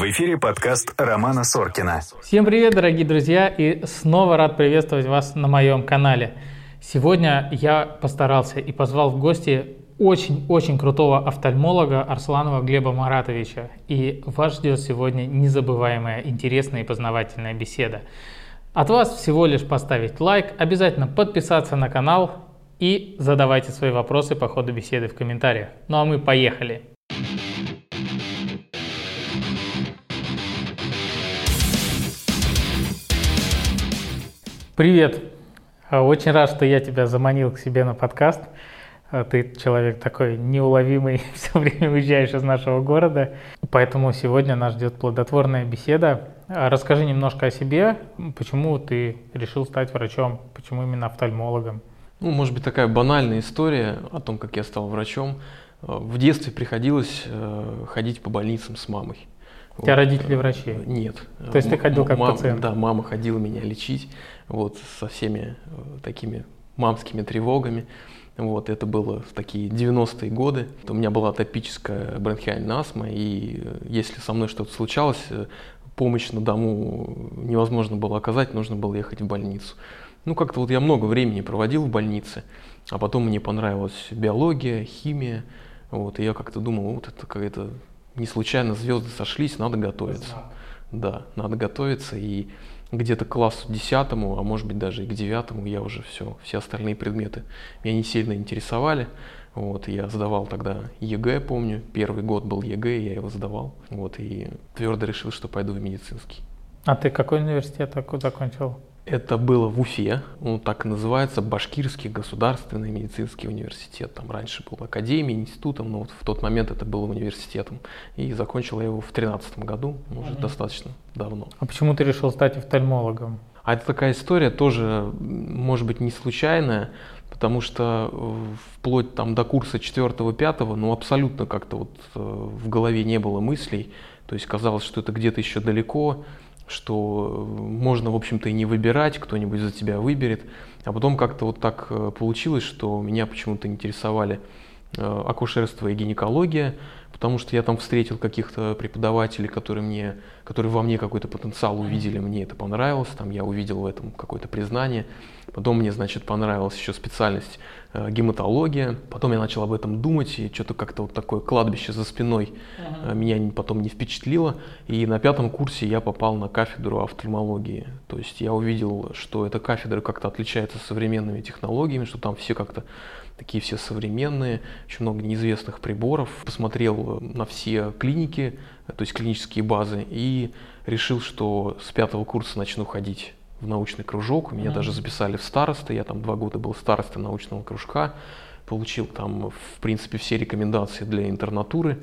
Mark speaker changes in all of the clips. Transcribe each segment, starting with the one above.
Speaker 1: В эфире подкаст Романа Соркина.
Speaker 2: Всем привет, дорогие друзья, и снова рад приветствовать вас на моем канале. Сегодня я постарался и позвал в гости очень крутого офтальмолога Арсланова Глеба Маратовича. И вас ждет сегодня незабываемая, интересная и познавательная беседа. От вас всего лишь поставить лайк, обязательно подписаться на канал и задавайте свои вопросы по ходу беседы в комментариях. Ну а мы поехали! Привет! Очень рад, что я тебя заманил к себе на подкаст. Ты человек такой неуловимый, все время уезжаешь из нашего города. Поэтому сегодня нас ждет плодотворная беседа. Расскажи немножко о себе, почему ты решил стать врачом, почему именно офтальмологом?
Speaker 3: Может быть, такая банальная история о том, как я стал врачом. В детстве приходилось ходить по больницам с мамой.
Speaker 2: У тебя родители врачи?
Speaker 3: Нет.
Speaker 2: То есть ты ходил как пациент?
Speaker 3: Да, мама ходила меня лечить со всеми такими мамскими тревогами. Это было в такие 90-е годы. У меня была атопическая бронхиальная астма, и если со мной что-то случалось, помощь на дому невозможно было оказать, нужно было ехать в больницу. Как-то я много времени проводил в больнице, а потом мне понравилась биология, химия. И я как-то думал, это какая-то не случайно звезды сошлись, надо готовиться. Да, надо готовиться, и где-то к классу 10-му, а может быть даже и к 9-му я уже все остальные предметы меня не сильно интересовали. Я сдавал тогда ЕГЭ, помню, первый год был ЕГЭ, я его сдавал, и твердо решил, что пойду в медицинский.
Speaker 2: А ты какой университет закончил?
Speaker 3: Это было в Уфе, так и называется, Башкирский государственный медицинский университет. Там раньше был академией, институтом, но в тот момент это было университетом. И закончил я его в 2013 году, достаточно давно.
Speaker 2: А почему ты решил стать офтальмологом?
Speaker 3: А это такая история тоже, может быть, не случайная, потому что вплоть до курса 4-5, абсолютно как-то в голове не было мыслей. То есть казалось, что это где-то еще далеко, что можно, в общем-то, и не выбирать, кто-нибудь за тебя выберет. А потом как-то так получилось, что меня почему-то интересовали акушерство и гинекология, потому что я там встретил каких-то преподавателей, которые во мне какой-то потенциал увидели, мне это понравилось, я увидел в этом какое-то признание. Потом мне, понравилась еще специальность гематология, потом я начал об этом думать, и что-то как-то такое кладбище за спиной меня потом не впечатлило, и на 5-м курсе я попал на кафедру офтальмологии. То есть я увидел, что эта кафедра как-то отличается современными технологиями, что там все как-то такие все современные, очень много неизвестных приборов. Посмотрел на все клиники, то есть клинические базы, и решил, что с 5-го курса начну ходить в научный кружок. Меня даже записали в старосты, я там 2 года был старостой научного кружка, получил там, в принципе, все рекомендации для интернатуры.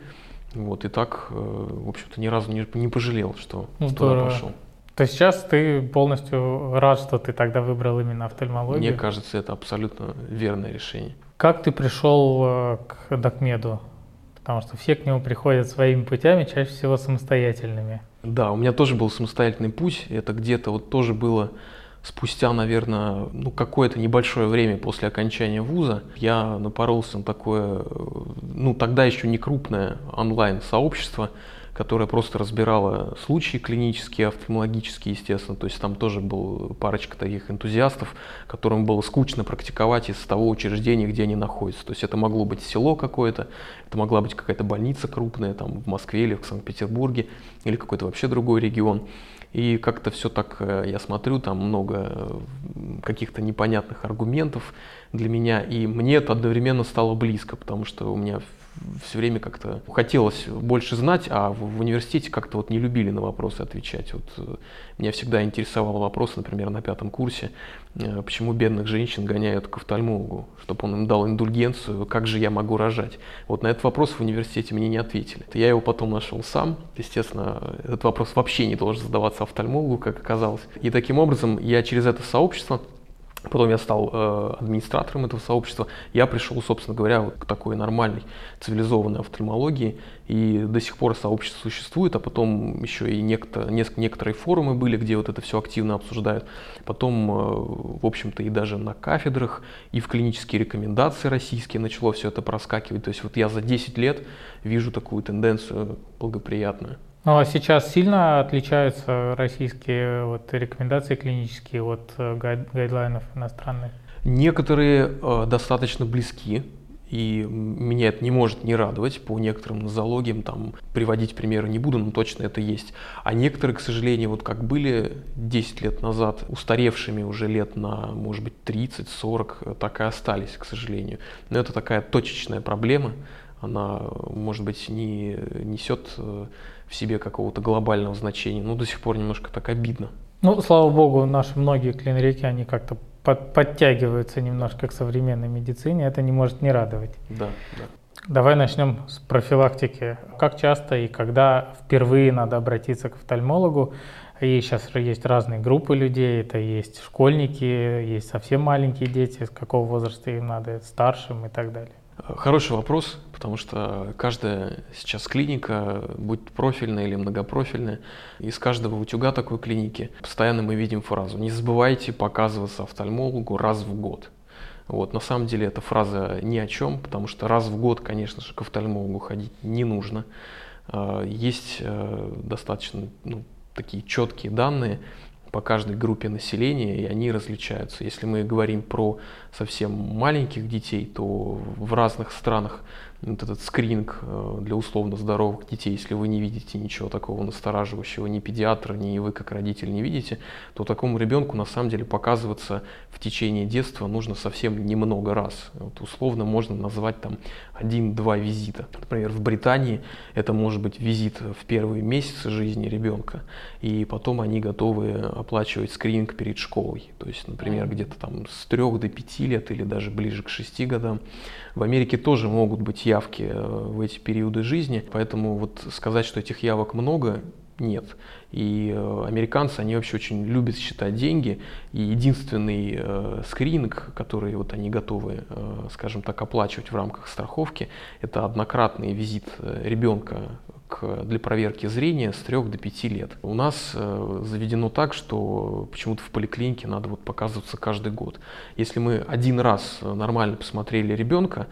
Speaker 3: И так, в общем-то, ни разу не пожалел, что туда пошел.
Speaker 2: То есть сейчас ты полностью рад, что ты тогда выбрал именно офтальмологию?
Speaker 3: Мне кажется, это абсолютно верное решение.
Speaker 2: Как ты пришел к докмеду? Потому что все к нему приходят своими путями, чаще всего самостоятельными.
Speaker 3: Да, у меня тоже был самостоятельный путь. Это где-то тоже было спустя, наверное, какое-то небольшое время после окончания вуза. Я напоролся на такое, тогда еще не крупное онлайн-сообщество, которая просто разбирала случаи клинические, офтальмологические, естественно. То есть там тоже была парочка таких энтузиастов, которым было скучно практиковать из того учреждения, где они находятся. То есть это могло быть село какое-то, это могла быть какая-то больница крупная там в Москве или в Санкт-Петербурге, или какой-то вообще другой регион. И как-то все так, я смотрю, там много каких-то непонятных аргументов для меня, и мне это одновременно стало близко, потому что у меня все время как-то хотелось больше знать, а в университете как-то не любили на вопросы отвечать. Меня всегда интересовал вопрос, например, на 5-м курсе, почему бедных женщин гоняют к офтальмологу, чтобы он им дал индульгенцию, как же я могу рожать. На этот вопрос в университете мне не ответили. Я его потом нашел сам. Естественно, этот вопрос вообще не должен задаваться офтальмологу, как оказалось. И таким образом я через это сообщество, потом я стал администратором этого сообщества, я пришел, собственно говоря, к такой нормальной, цивилизованной офтальмологии, и до сих пор сообщество существует, а потом еще и некоторые форумы были, где это все активно обсуждают. Потом, в общем-то, и даже на кафедрах, и в клинические рекомендации российские начало все это проскакивать. То есть я за 10 лет вижу такую тенденцию благоприятную.
Speaker 2: Ну а сейчас сильно отличаются российские вот рекомендации клинические от гайдлайнов иностранных?
Speaker 3: Некоторые достаточно близки, и меня это не может не радовать. По некоторым нозологиям, там приводить примеры не буду, но точно это есть. А некоторые, к сожалению, вот как были 10 лет назад, устаревшими уже лет на, может быть, 30-40, так и остались, к сожалению. Но это такая точечная проблема. Она, может быть, не несет в себе какого-то глобального значения, но до сих пор немножко так обидно.
Speaker 2: Ну, слава богу, наши многие клинреки, они как-то подтягиваются немножко к современной медицине, это не может не радовать.
Speaker 3: Да, да.
Speaker 2: Давай начнем с профилактики. Как часто и когда впервые надо обратиться к офтальмологу? И сейчас есть разные группы людей, это есть школьники, есть совсем маленькие дети, с какого возраста им надо, старшим и так далее.
Speaker 3: Хороший вопрос, потому что каждая сейчас клиника, будь профильная или многопрофильная, из каждого утюга такой клиники постоянно мы видим фразу «Не забывайте показываться офтальмологу раз в год». Вот, на самом деле эта фраза ни о чем, потому что раз в год, конечно же, к офтальмологу ходить не нужно. Есть достаточно такие четкие данные по каждой группе населения, и они различаются. Если мы говорим про совсем маленьких детей, то в разных странах вот этот скрининг для условно здоровых детей, если вы не видите ничего такого настораживающего, ни педиатра, ни вы как родитель не видите, то такому ребенку на самом деле показываться в течение детства нужно совсем немного раз. Вот условно можно назвать там 1-2 визита. Например, в Британии это может быть визит в первые месяцы жизни ребенка, и потом они готовы оплачивать скрининг перед школой. То есть, например, где-то там с 3 до 5 лет или даже ближе к 6 годам. В Америке тоже могут быть явки в эти периоды жизни, поэтому вот сказать, что этих явок много, нет. И американцы, они вообще очень любят считать деньги, и единственный скрининг, который вот они готовы, скажем так, оплачивать в рамках страховки, это однократный визит ребенка для проверки зрения с 3 до 5 лет. У нас заведено так, что почему-то в поликлинике надо вот показываться каждый год. Если мы один раз нормально посмотрели ребенка,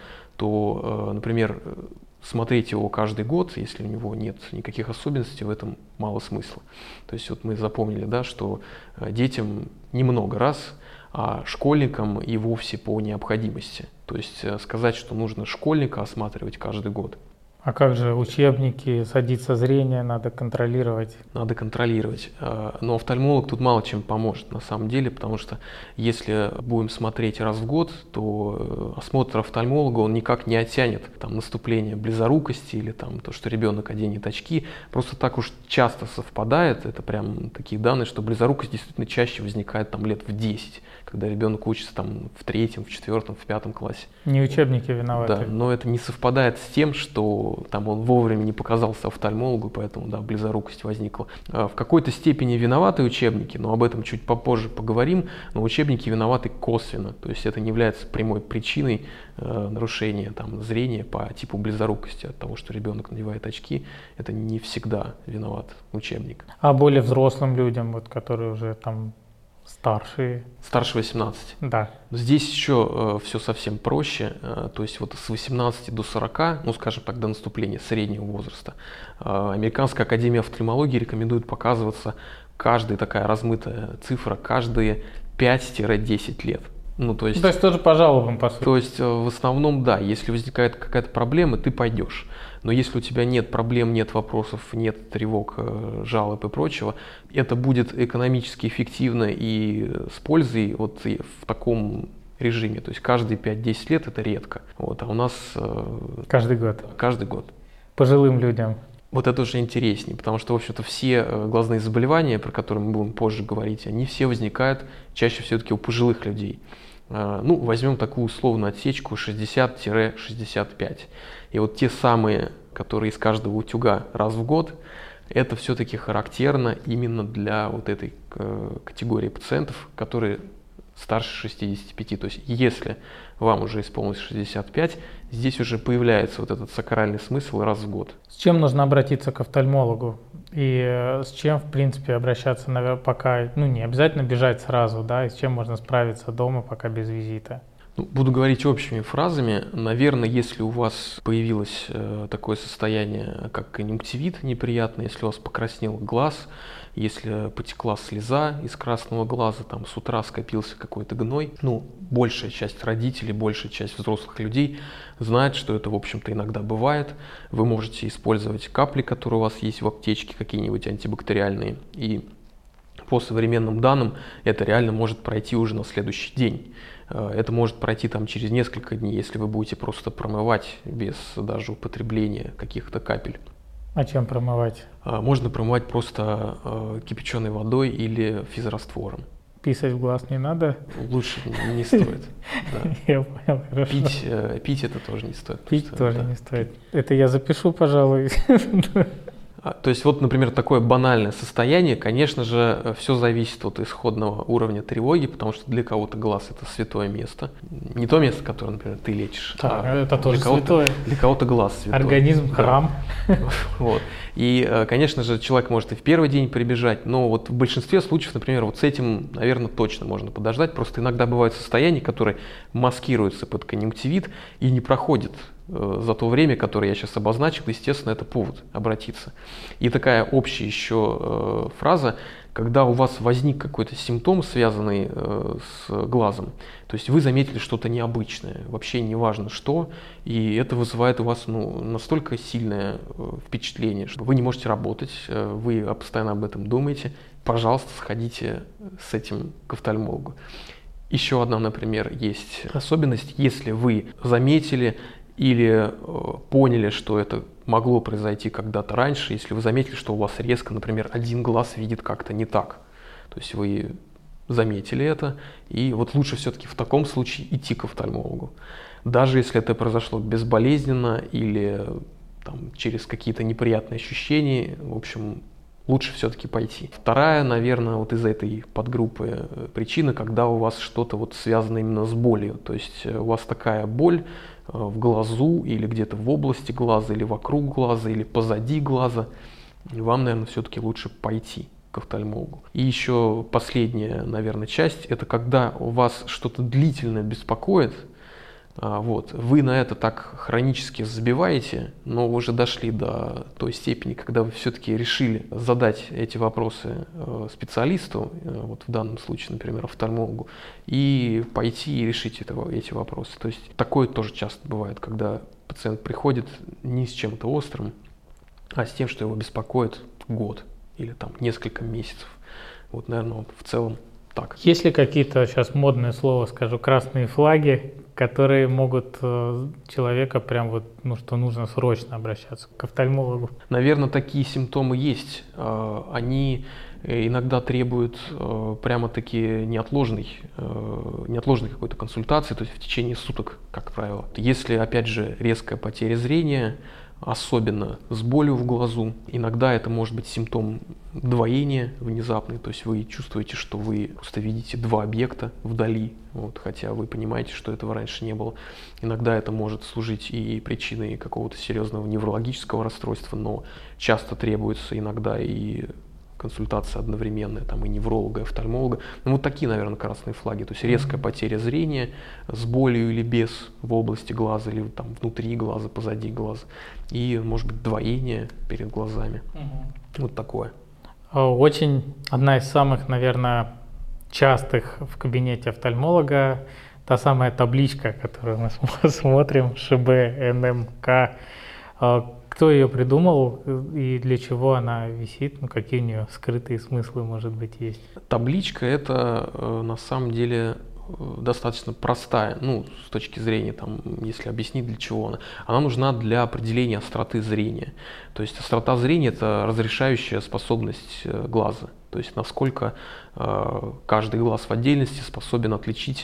Speaker 3: то, например, смотреть его каждый год, если у него нет никаких особенностей, в этом мало смысла. То есть вот мы запомнили, да, что детям немного раз, а школьникам и вовсе по необходимости. То есть сказать, что нужно школьника осматривать каждый год.
Speaker 2: А как же учебники, садится зрение, надо контролировать?
Speaker 3: Надо контролировать. Но офтальмолог тут мало чем поможет на самом деле, потому что если будем смотреть раз в год, то осмотр офтальмолога он никак не оттянет там, наступление близорукости или там, то, что ребенок оденет очки. Просто так уж часто совпадает, это прям такие данные, что близорукость действительно чаще возникает там, лет в 10, когда ребенок учится там, в 3, в 4, в 5 классе.
Speaker 2: Не учебники виноваты.
Speaker 3: Да, но это не совпадает с тем, что там он вовремя не показался офтальмологу, поэтому да, близорукость возникла. В какой-то степени виноваты учебники, но об этом чуть попозже поговорим, но учебники виноваты косвенно, то есть это не является прямой причиной нарушения там, зрения по типу близорукости от того, что ребенок надевает очки, это не всегда виноват учебник.
Speaker 2: А более взрослым людям, вот, которые уже там старшие?
Speaker 3: Старше 18.
Speaker 2: Да.
Speaker 3: Здесь еще все совсем проще, то есть вот с 18 до 40, ну скажем так, до наступления среднего возраста, Американская академия офтальмологии рекомендует показываться каждая такая размытая цифра, каждые 5-10 лет. Ну, то есть
Speaker 2: тоже по жалобам, по сути.
Speaker 3: То есть в основном, да, если возникает какая-то проблема, ты пойдешь. Но если у тебя нет проблем, нет вопросов, нет тревог, жалоб и прочего, это будет экономически эффективно и с пользой вот в таком режиме. То есть каждые 5-10 лет это редко. Вот, а у нас
Speaker 2: каждый год.
Speaker 3: Каждый год.
Speaker 2: Пожилым людям.
Speaker 3: Вот это уже интереснее, потому что, в общем-то, все глазные заболевания, про которые мы будем позже говорить, они все возникают чаще все-таки у пожилых людей. Ну, возьмем такую условную отсечку 60-65. И вот те самые, которые из каждого утюга раз в год, это все-таки характерно именно для вот этой категории пациентов, которые старше 65. То есть если вам уже исполнилось 65, здесь уже появляется вот этот сакральный смысл раз в год.
Speaker 2: С чем нужно обратиться к офтальмологу? И с чем, в принципе, обращаться, наверное, пока, не обязательно бежать сразу, да, и с чем можно справиться дома, пока без визита?
Speaker 3: Буду говорить общими фразами. Наверное, если у вас появилось такое состояние, как конъюнктивит неприятный, если у вас покраснел глаз, если потекла слеза из красного глаза, там с утра скопился какой-то гной, большая часть родителей, большая часть взрослых людей знает, что это, в общем-то, иногда бывает. Вы можете использовать капли, которые у вас есть в аптечке, какие-нибудь антибактериальные, и по современным данным это реально может пройти уже на следующий день. Это может пройти там через несколько дней, если вы будете просто промывать без даже употребления каких-то капель.
Speaker 2: А чем промывать?
Speaker 3: Можно промывать просто кипяченой водой или физраствором.
Speaker 2: Писать в глаз не надо?
Speaker 3: Лучше не стоит.
Speaker 2: Я понял, хорошо.
Speaker 3: Пить это тоже не стоит.
Speaker 2: Пить тоже не стоит. Это я запишу, пожалуй.
Speaker 3: То есть вот, например, такое банальное состояние, конечно же, все зависит от исходного уровня тревоги, потому что для кого-то глаз – это святое место. Не то место, которое, например, ты лечишь.
Speaker 2: Это тоже святое.
Speaker 3: Для кого-то глаз святой.
Speaker 2: Организм – храм.
Speaker 3: Вот. И, конечно же, человек может и в первый день прибежать, но вот в большинстве случаев, например, вот с этим, наверное, точно можно подождать. Просто иногда бывают состояния, которые маскируются под конъюнктивит и не проходят за то время, которое я сейчас обозначил. Естественно, это повод обратиться. И такая общая еще фраза, когда у вас возник какой-то симптом, связанный с глазом, то есть вы заметили что-то необычное, вообще не важно что, и это вызывает у вас настолько сильное впечатление, что вы не можете работать, вы постоянно об этом думаете, пожалуйста, сходите с этим к офтальмологу. Еще одна, например, есть особенность, если вы заметили или поняли, что это могло произойти когда-то раньше, если вы заметили, что у вас резко, например, один глаз видит как-то не так. То есть вы заметили это, и вот лучше все-таки в таком случае идти к офтальмологу. Даже если это произошло безболезненно или там, через какие-то неприятные ощущения, в общем, лучше все-таки пойти. Вторая, наверное, вот из этой подгруппы причина, когда у вас что-то вот связано именно с болью. То есть у вас такая боль в глазу или где-то в области глаза, или вокруг глаза, или позади глаза. И вам, наверное, все-таки лучше пойти к офтальмологу. И еще последняя, наверное, часть, это когда у вас что-то длительно беспокоит, вы на это так хронически забиваете, но уже дошли до той степени, когда вы все-таки решили задать эти вопросы специалисту, вот в данном случае, например, офтальмологу, и пойти и решить эти вопросы. То есть такое тоже часто бывает, когда пациент приходит не с чем-то острым, а с тем, что его беспокоит год или там несколько месяцев. Вот, наверное, в целом так.
Speaker 2: Есть ли какие-то, сейчас модное слово скажу, красные флаги, которые могут человека прям вот, что нужно срочно обращаться к офтальмологу?
Speaker 3: Наверное, такие симптомы есть. Они иногда требуют прямо-таки неотложной какой-то консультации, то есть в течение суток, как правило. Если, опять же, резкая потеря зрения, особенно с болью в глазу. Иногда это может быть симптом двоения внезапный, то есть вы чувствуете, что вы просто видите два объекта вдали, хотя вы понимаете, что этого раньше не было. Иногда это может служить и причиной какого-то серьезного неврологического расстройства, но часто требуется иногда и консультация одновременная, там и невролога, и офтальмолога. Вот такие, наверное, красные флаги. То есть резкая потеря зрения с болью или без в области глаза, или там внутри глаза, позади глаза. И, может быть, двоение перед глазами. Вот такое.
Speaker 2: Очень одна из самых, наверное, частых в кабинете офтальмолога, та самая табличка, которую мы смотрим, ШБ, НМК. Кто ее придумал и для чего она висит? Какие у нее скрытые смыслы, может быть, есть?
Speaker 3: Табличка – это на самом деле достаточно простая, с точки зрения, если объяснить, для чего она. Она нужна для определения остроты зрения. То есть острота зрения – это разрешающая способность глаза. То есть насколько каждый глаз в отдельности способен отличить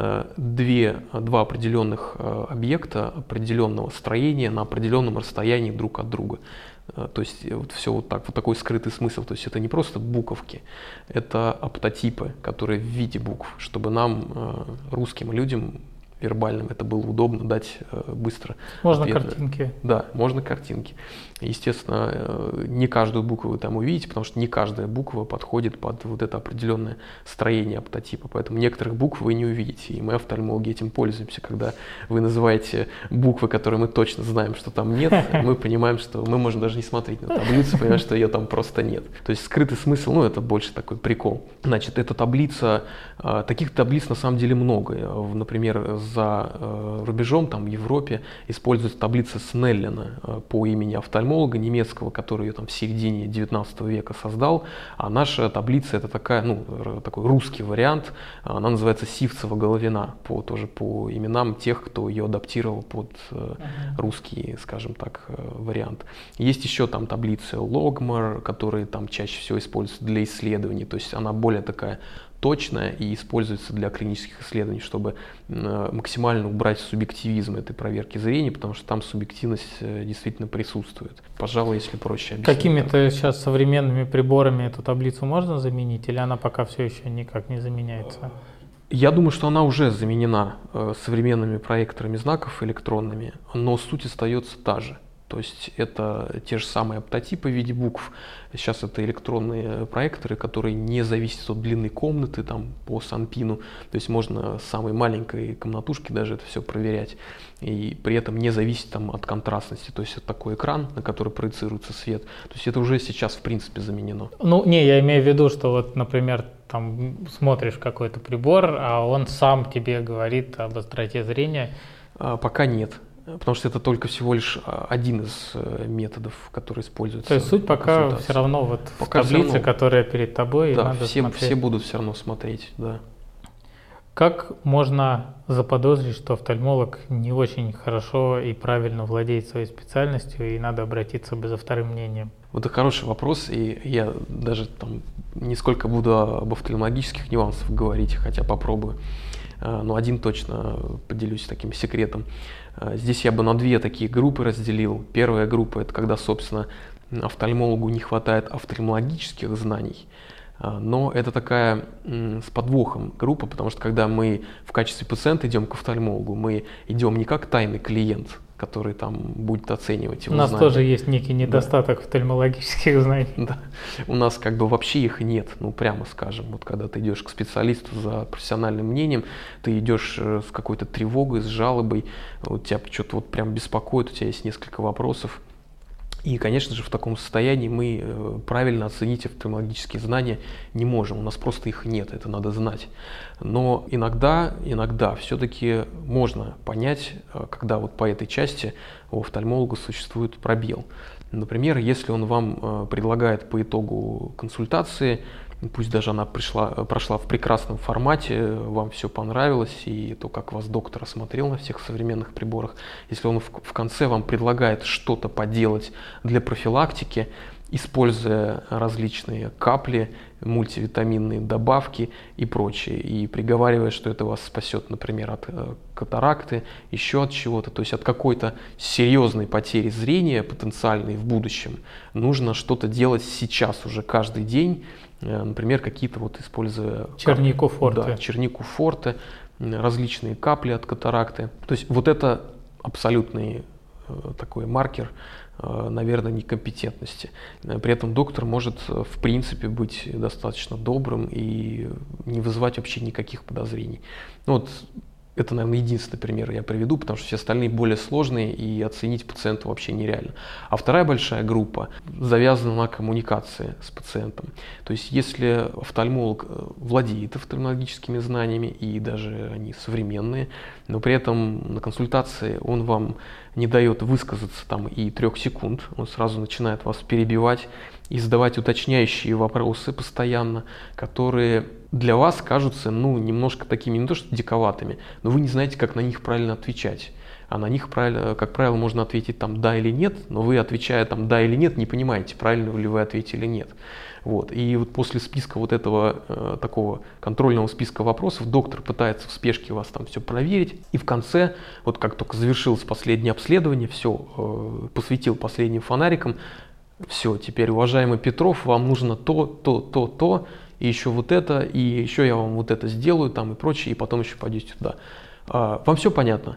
Speaker 3: два определенных объекта определенного строения на определенном расстоянии друг от друга. То есть все вот такой скрытый смысл. То есть это не просто буковки, это оптотипы, которые в виде букв, чтобы нам, русским людям, вербальным, это было удобно дать быстро
Speaker 2: Можно
Speaker 3: ответ.
Speaker 2: картинки.
Speaker 3: Да, можно картинки. Естественно, не каждую букву вы там увидите, потому что не каждая буква подходит под вот это определенное строение аптотипа, поэтому некоторых букв вы не увидите, и мы, офтальмологи, этим пользуемся. Когда вы называете буквы, которые мы точно знаем, что там нет, мы понимаем, что мы можем даже не смотреть на таблицу, понимаем, что ее там просто нет. То есть скрытый смысл, ну, это больше такой прикол. Значит, эта таблица, таких таблиц на самом деле много. Например, за рубежом, там в Европе, используется таблица Снеллина по имени офтальмолога немецкого, который ее там в середине 19 века создал. А наша таблица это такая, ну, такой русский вариант. Она называется Сивцева-Головина, тоже по именам тех, кто ее адаптировал под русский, скажем так, вариант. Есть еще там таблица Логмар, которые там чаще всего используются для исследований. То есть она более такая точная и используется для клинических исследований, чтобы максимально убрать субъективизм этой проверки зрения, потому что там субъективность действительно присутствует. Пожалуй, если проще объяснить.
Speaker 2: Какими-то сейчас современными приборами эту таблицу можно заменить, или она пока все еще никак не заменяется?
Speaker 3: Я думаю, что она уже заменена современными проекторами знаков электронными, но суть остается та же. То есть это те же самые аптотипы в виде букв. Сейчас это электронные проекторы, которые не зависят от длины комнаты там, по санпину. То есть можно с самой маленькой комнатушки даже это все проверять. И при этом не зависит там, от контрастности. То есть это такой экран, на который проецируется свет. То есть это уже сейчас в принципе заменено.
Speaker 2: Ну, не, я имею в виду, что вот, например, там смотришь какой-то прибор, а он сам тебе говорит об остроте зрения.
Speaker 3: Пока нет. Потому что это только всего лишь один из методов, который используется.
Speaker 2: То есть суть пока все равно вот пока в таблице, равно, которая перед тобой,
Speaker 3: да,
Speaker 2: надо смотреть.
Speaker 3: Все будут все равно смотреть, да.
Speaker 2: Как можно заподозрить, что офтальмолог не очень хорошо и правильно владеет своей специальностью, и надо обратиться за вторым мнением?
Speaker 3: Вот это хороший вопрос, и я даже там не сколько буду об офтальмологических нюансах говорить, хотя попробую. Но один точно поделюсь таким секретом. Здесь я бы на две такие группы разделил. Первая группа – это когда, собственно, офтальмологу не хватает офтальмологических знаний. Но это такая с подвохом группа, потому что когда мы в качестве пациента идем к офтальмологу, мы идем не как тайный клиент, который там будет оценивать его
Speaker 2: знания. У нас тоже есть некий недостаток
Speaker 3: да.
Speaker 2: офтальмологических знаний.
Speaker 3: Да. У нас как бы вообще их нет, ну прямо скажем. Вот когда ты идешь к специалисту за профессиональным мнением, ты идешь с какой-то тревогой, с жалобой, вот тебя что-то вот прям беспокоит, у тебя есть несколько вопросов. И, конечно же, в таком состоянии мы правильно оценить офтальмологические знания не можем, у нас просто их нет, это надо знать. Но иногда все-таки можно понять, когда вот по этой части у офтальмолога существует пробел. Например, если он вам предлагает по итогу консультации, пусть даже она прошла в прекрасном формате, вам все понравилось, и то, как вас доктор осмотрел на всех современных приборах, если он в конце вам предлагает что-то поделать для профилактики, используя различные капли, мультивитаминные добавки и прочее, и приговаривая, что это вас спасет, например, от катаракты, еще от чего-то, то есть от какой-то серьезной потери зрения потенциальной в будущем, нужно что-то делать сейчас уже каждый день. Например, какие-то вот используя
Speaker 2: чернику форте.
Speaker 3: Да, чернику форте, различные капли от катаракты. То есть вот это абсолютный такой маркер, наверное, некомпетентности. При этом доктор может в принципе быть достаточно добрым и не вызывать вообще никаких подозрений. Ну, вот это, наверное, единственный пример я приведу, потому что все остальные более сложные и оценить пациента вообще нереально. А вторая большая группа завязана на коммуникации с пациентом. То есть если офтальмолог владеет офтальмологическими знаниями, и даже они современные, но при этом на консультации он вам не дает высказаться там и 3 секунд, он сразу начинает вас перебивать и задавать уточняющие вопросы постоянно, которые для вас кажутся, ну, немножко такими, не то что диковатыми, но вы не знаете, как на них правильно отвечать. А на них, как правило, можно ответить там да или нет, но вы, отвечая там да или нет, не понимаете, правильно ли вы ответили нет. Вот. И вот после списка вот этого такого контрольного списка вопросов доктор пытается в спешке вас там все проверить. И в конце, вот как только завершилось последнее обследование, все, посветил последним фонариком, все, теперь, уважаемый Петров, вам нужно то, и еще вот это, и еще я вам вот это сделаю, там и прочее, и потом еще пойдете туда. Вам все понятно?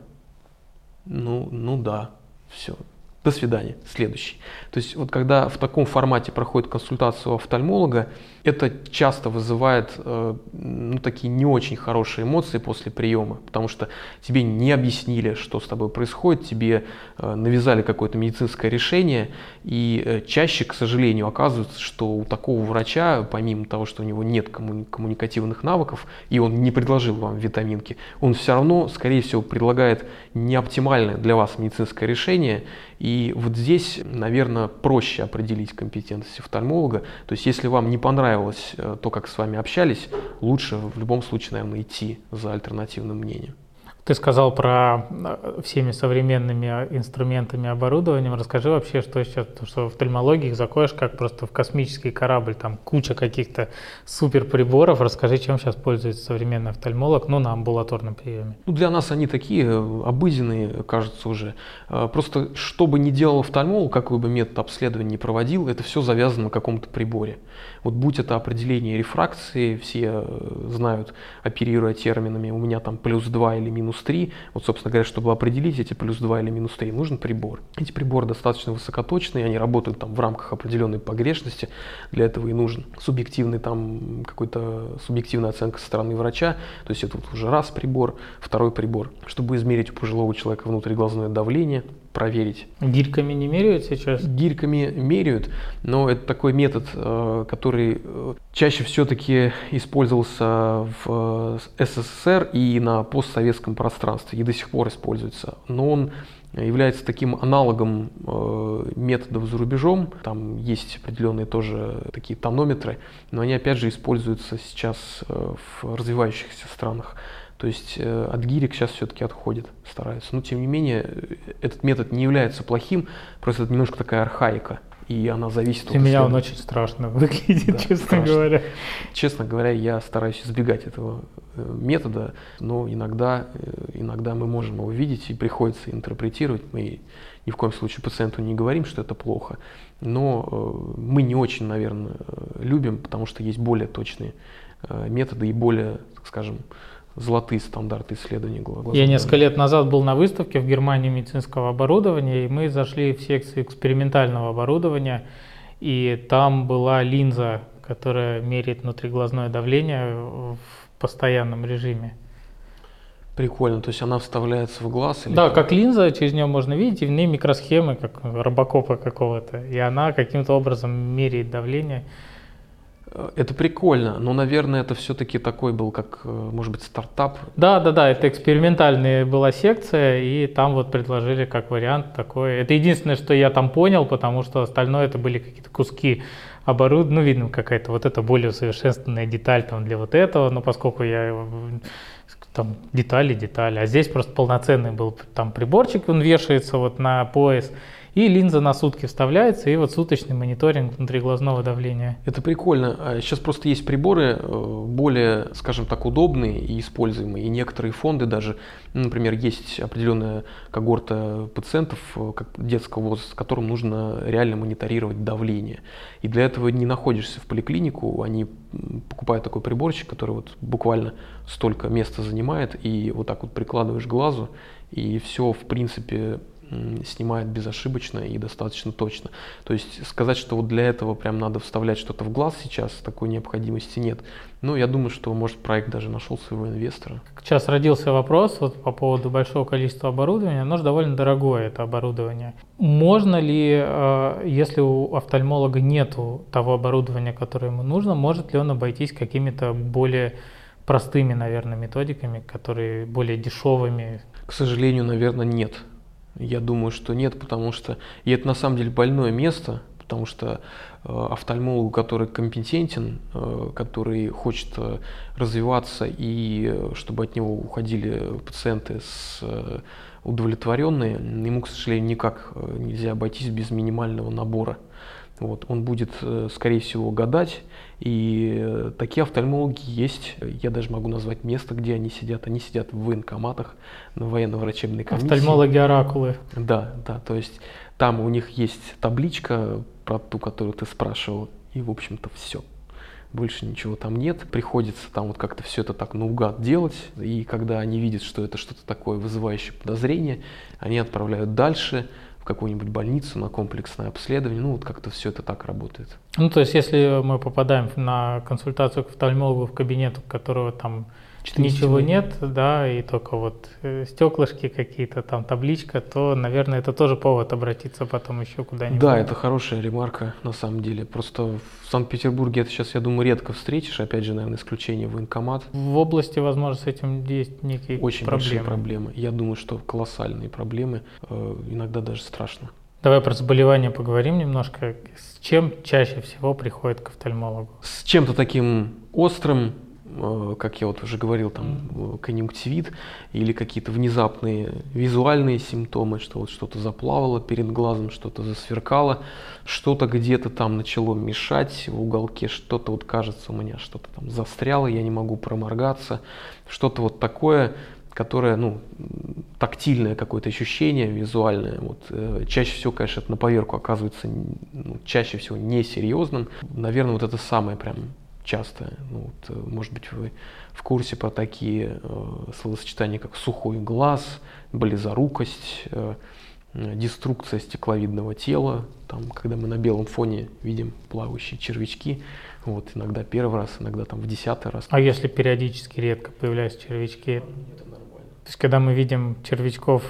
Speaker 3: Ну да, все. До свидания. Следующий. То есть вот когда в таком формате проходит консультация у офтальмолога, это часто вызывает такие не очень хорошие эмоции после приема, потому что тебе не объяснили, что с тобой происходит, тебе навязали какое-то медицинское решение, и чаще, к сожалению, оказывается, что у такого врача, помимо того, что у него нет коммуникативных навыков, и он не предложил вам витаминки, он все равно, скорее всего, предлагает неоптимальное для вас медицинское решение. И вот здесь, наверное, проще определить компетентность офтальмолога. То есть, если вам не понравилось то, как с вами общались, лучше в любом случае, наверное, идти за альтернативным мнением.
Speaker 2: Ты сказал про всеми современными инструментами, оборудованием. Расскажи вообще, что сейчас, потому что в офтальмологии их заходишь как просто в космический корабль, там куча каких-то супер приборов. Расскажи, чем сейчас пользуется современный офтальмолог, на амбулаторном приеме.
Speaker 3: Для нас они такие обыденные, кажется, уже. Просто что бы ни делал офтальмолог, какой бы метод обследования ни проводил, это все завязано на каком-то приборе. Вот будь это определение рефракции, все знают, оперируя терминами, у меня там +2 или -3. Вот, собственно говоря, чтобы определить эти +2 или -3, нужен прибор. Эти приборы достаточно высокоточные, они работают там в рамках определенной погрешности. Для этого и нужен субъективная оценка со стороны врача. То есть это вот уже раз прибор, второй прибор, чтобы измерить у пожилого человека внутриглазное давление, проверить.
Speaker 2: Гирьками не меряют сейчас?
Speaker 3: Гирьками меряют, но это такой метод, который чаще все-таки использовался в СССР и на постсоветском пространстве, и до сих пор используется. Но он является таким аналогом методов за рубежом. Там есть определенные тоже такие тонометры, но они опять же используются сейчас в развивающихся странах. То есть от гирек сейчас все-таки отходят, стараются. Но тем не менее, этот метод не является плохим, просто это немножко такая архаика. И она зависит
Speaker 2: Для меня он очень страшно выглядит, да, честно страшно. Говоря.
Speaker 3: Честно говоря, я стараюсь избегать этого метода, но иногда мы можем его видеть и приходится интерпретировать. Мы ни в коем случае пациенту не говорим, что это плохо, но мы не очень, наверное, любим, потому что есть более точные методы и более, так скажем, золотые стандарты исследований глаза.
Speaker 2: Я несколько лет назад был на выставке в Германии медицинского оборудования, и мы зашли в секцию экспериментального оборудования, и там была линза, которая меряет внутриглазное давление в постоянном режиме.
Speaker 3: Прикольно, то есть она вставляется в глаз? Или
Speaker 2: да, как линза, через нее можно видеть, и в ней микросхемы, как робокопа какого-то, и она каким-то образом меряет давление.
Speaker 3: Это прикольно, но, наверное, это все-таки такой был, как, может быть, стартап.
Speaker 2: Да, это экспериментальная была секция, и там вот предложили как вариант такой. Это единственное, что я там понял, потому что остальное это были какие-то куски оборудования, видно, какая-то вот эта более усовершенствованная деталь там для вот этого, но поскольку я там детали, а здесь просто полноценный был там приборчик, он вешается вот на пояс, и линза на сутки вставляется, и вот суточный мониторинг внутриглазного давления.
Speaker 3: Это прикольно. Сейчас просто есть приборы более, скажем так, удобные и используемые. И некоторые фонды даже, например, есть определенная когорта пациентов как детского возраста, которым нужно реально мониторировать давление. И для этого не находишься в поликлинику, они покупают такой приборчик, который вот буквально столько места занимает, и вот так вот прикладываешь к глазу, и все, в принципе, снимает безошибочно и достаточно точно. То есть сказать, что вот для этого прям надо вставлять что-то в глаз сейчас, такой необходимости нет. Но я думаю, что, может, проект даже нашел своего инвестора.
Speaker 2: Сейчас родился вопрос вот по поводу большого количества оборудования. Оно же довольно дорогое, это оборудование. Можно ли, если у офтальмолога нету того оборудования, которое ему нужно, может ли он обойтись какими-то более простыми, наверное, методиками, которые более дешевыми?
Speaker 3: К сожалению, наверное, нет. Я думаю, что нет, потому что, и это на самом деле больное место, потому что офтальмологу, который компетентен, который хочет развиваться и чтобы от него уходили пациенты удовлетворенные, ему, к сожалению, никак нельзя обойтись без минимального набора. Вот, он будет, скорее всего, гадать, и такие офтальмологи есть. Я даже могу назвать место, где они сидят. Они сидят в военкоматах, на военно-врачебной комиссии.
Speaker 2: Офтальмологи-оракулы.
Speaker 3: Да, то есть там у них есть табличка про ту, которую ты спрашивал, и, в общем-то, все. больше ничего там нет. Приходится там вот как-то все это так наугад делать, и когда они видят, что это что-то такое вызывающее подозрение, они отправляют дальше в какую-нибудь больницу на комплексное обследование. Ну, вот как-то все это так работает.
Speaker 2: Ну, то есть, если мы попадаем на консультацию к офтальмологу в кабинет, у которого там ничего нет, да, и только вот стеклышки какие-то, там табличка, то, наверное, это тоже повод обратиться потом еще куда-нибудь.
Speaker 3: Да, это хорошая ремарка на самом деле. Просто в Санкт-Петербурге это сейчас, я думаю, редко встретишь. Опять же, наверное, исключение военкомат.
Speaker 2: В области, возможно, с этим есть некие
Speaker 3: Очень
Speaker 2: проблемы.
Speaker 3: большие проблемы. Я думаю, что колоссальные проблемы. Иногда даже страшно.
Speaker 2: Давай про заболевания поговорим немножко. С чем чаще всего приходит к офтальмологу?
Speaker 3: С чем-то таким острым, как я вот уже говорил, там конъюнктивит или какие-то внезапные визуальные симптомы, что вот что-то заплавало перед глазом, что-то засверкало, что-то где-то там начало мешать в уголке, что-то вот кажется у меня что-то там застряло, я не могу проморгаться, что-то вот такое, которое, ну, тактильное какое-то ощущение, визуальное. Вот, чаще всего, конечно, это на поверку оказывается, ну, чаще всего несерьезным. Наверное, вот это самое прям частое. Ну, вот, может быть, вы в курсе про такие словосочетания, как сухой глаз, близорукость, деструкция стекловидного тела, там, когда мы на белом фоне видим плавающие червячки, вот, иногда первый раз, иногда там в 10-й раз.
Speaker 2: А если периодически редко появляются червячки? Это нормально. То есть, когда мы видим червячков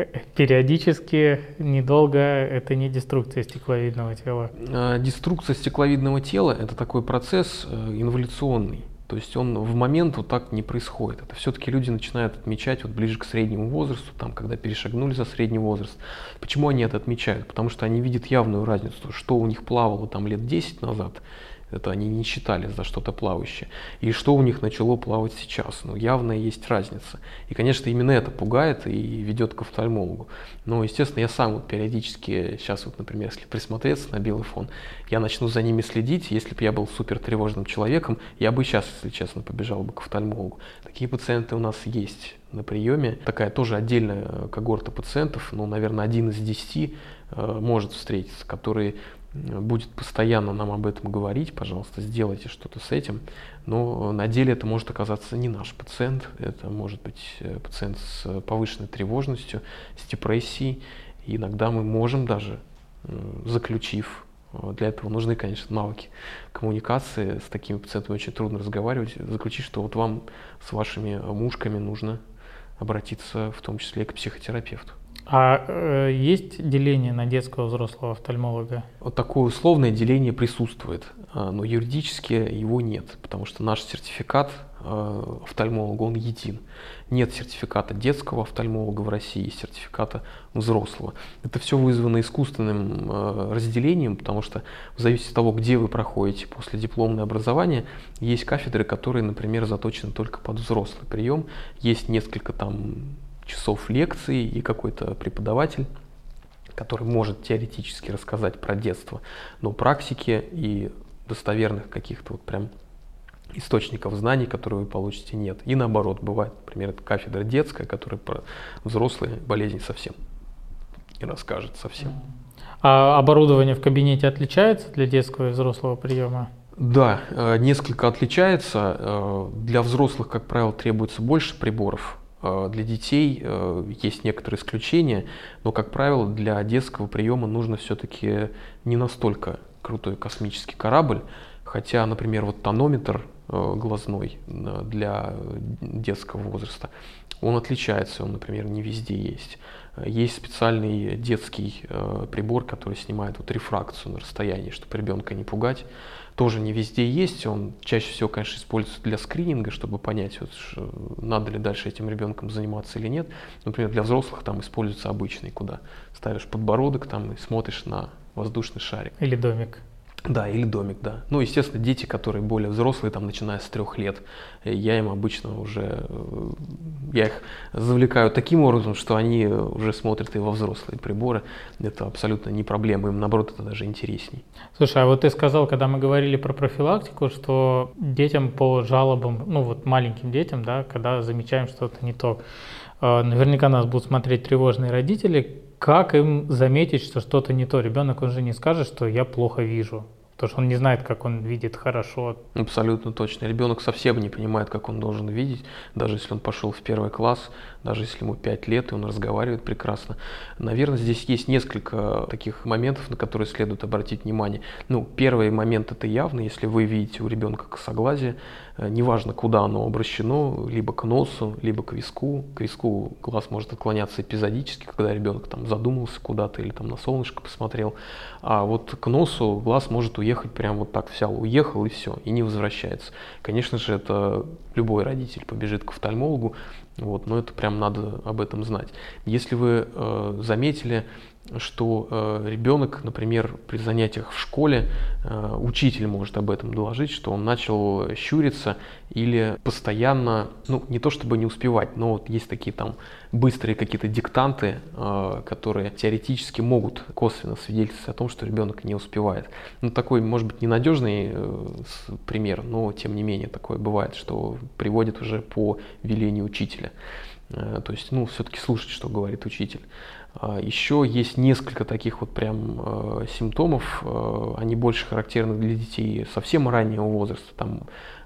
Speaker 2: периодически, недолго, это не деструкция стекловидного тела?
Speaker 3: Деструкция стекловидного тела – это такой процесс инволюционный. То есть он в момент вот так не происходит. Это все-таки люди начинают отмечать вот ближе к среднему возрасту, там, когда перешагнули за средний возраст. Почему они это отмечают? Потому что они видят явную разницу, что у них плавало там лет 10 назад, это они не считали за что-то плавающее, и что у них начало плавать сейчас. Ну, явно есть разница. И, конечно, именно это пугает и ведет к офтальмологу. Но, естественно, я сам вот периодически, сейчас вот, например, если присмотреться на белый фон, я начну за ними следить. Если бы я был супер тревожным человеком, я бы сейчас, если честно, побежал бы к офтальмологу. Такие пациенты у нас есть на приеме. Такая тоже отдельная когорта пациентов, ну, наверное, 1 из 10 может встретиться, который будет постоянно нам об этом говорить, пожалуйста, сделайте что-то с этим. Но на деле это может оказаться не наш пациент, это может быть пациент с повышенной тревожностью, с депрессией. И иногда мы можем даже, заключив, для этого нужны, конечно, навыки коммуникации, с такими пациентами очень трудно разговаривать, заключить, что вот вам с вашими мушками нужно обратиться в том числе и к психотерапевту.
Speaker 2: А есть деление на детского и взрослого офтальмолога?
Speaker 3: Вот такое условное деление присутствует, но юридически его нет, потому что наш сертификат офтальмолога, он един. Нет сертификата детского офтальмолога в России, есть сертификата взрослого. Это все вызвано искусственным разделением, потому что в зависимости от того, где вы проходите последипломное образование, есть кафедры, которые, например, заточены только под взрослый прием, есть несколько там часов лекций и какой-то преподаватель, который может теоретически рассказать про детство, но практики и достоверных каких-то вот прям источников знаний, которые вы получите, нет. И наоборот, бывает, например, кафедра детская, которая про взрослые болезни совсем не расскажет совсем.
Speaker 2: А оборудование в кабинете отличается для детского и взрослого приема?
Speaker 3: Да, несколько отличается. Для взрослых, как правило, требуется больше приборов. Для детей есть некоторые исключения, но, как правило, для детского приема нужно все-таки не настолько крутой космический корабль, хотя, например, вот тонометр глазной для детского возраста, он отличается, он, например, не везде есть. Есть специальный детский прибор, который снимает вот рефракцию на расстоянии, чтобы ребенка не пугать. Тоже не везде есть, он чаще всего, конечно, используется для скрининга, чтобы понять, вот, надо ли дальше этим ребенком заниматься или нет. Например, для взрослых там используется обычный, куда ставишь подбородок там и смотришь на воздушный шарик.
Speaker 2: Или домик.
Speaker 3: Да, или домик, да. Ну, естественно, дети, которые более взрослые, там, начиная с 3 лет, я им обычно уже, я их завлекаю таким образом, что они уже смотрят и во взрослые приборы. Это абсолютно не проблема, им, наоборот, это даже интересней.
Speaker 2: Слушай, а вот ты сказал, когда мы говорили про профилактику, что детям по жалобам, ну вот маленьким детям, да, когда замечаем что-то не то, наверняка нас будут смотреть тревожные родители. Как им заметить, что что-то не то? Ребенок, он же не скажет, что я плохо вижу. Потому что он не знает, как он видит хорошо.
Speaker 3: Абсолютно точно. Ребенок совсем не понимает, как он должен видеть, даже если он пошел в 1 класс, даже если ему 5 лет, и он разговаривает прекрасно. Наверное, здесь есть несколько таких моментов, на которые следует обратить внимание. Первый момент — это явно, если вы видите у ребенка косоглазие, неважно, куда оно обращено, либо к носу, либо к виску. К виску глаз может отклоняться эпизодически, когда ребенок там задумался куда-то или там на солнышко посмотрел. А вот к носу глаз может уехать прям вот так, взял, уехал и все, и не возвращается. Конечно же, это любой родитель побежит к офтальмологу, но это прям надо об этом знать. Если вы заметили, что ребенок, например, при занятиях в школе, учитель может об этом доложить, что он начал щуриться или постоянно, не то чтобы не успевать, но вот есть такие там быстрые какие-то диктанты, которые теоретически могут косвенно свидетельствовать о том, что ребенок не успевает. Такой, может быть, ненадежный пример, но тем не менее такое бывает, что приводит уже по велению учителя. То есть, все-таки слушать, что говорит учитель. Еще есть несколько таких вот прям симптомов, они больше характерны для детей совсем раннего возраста, там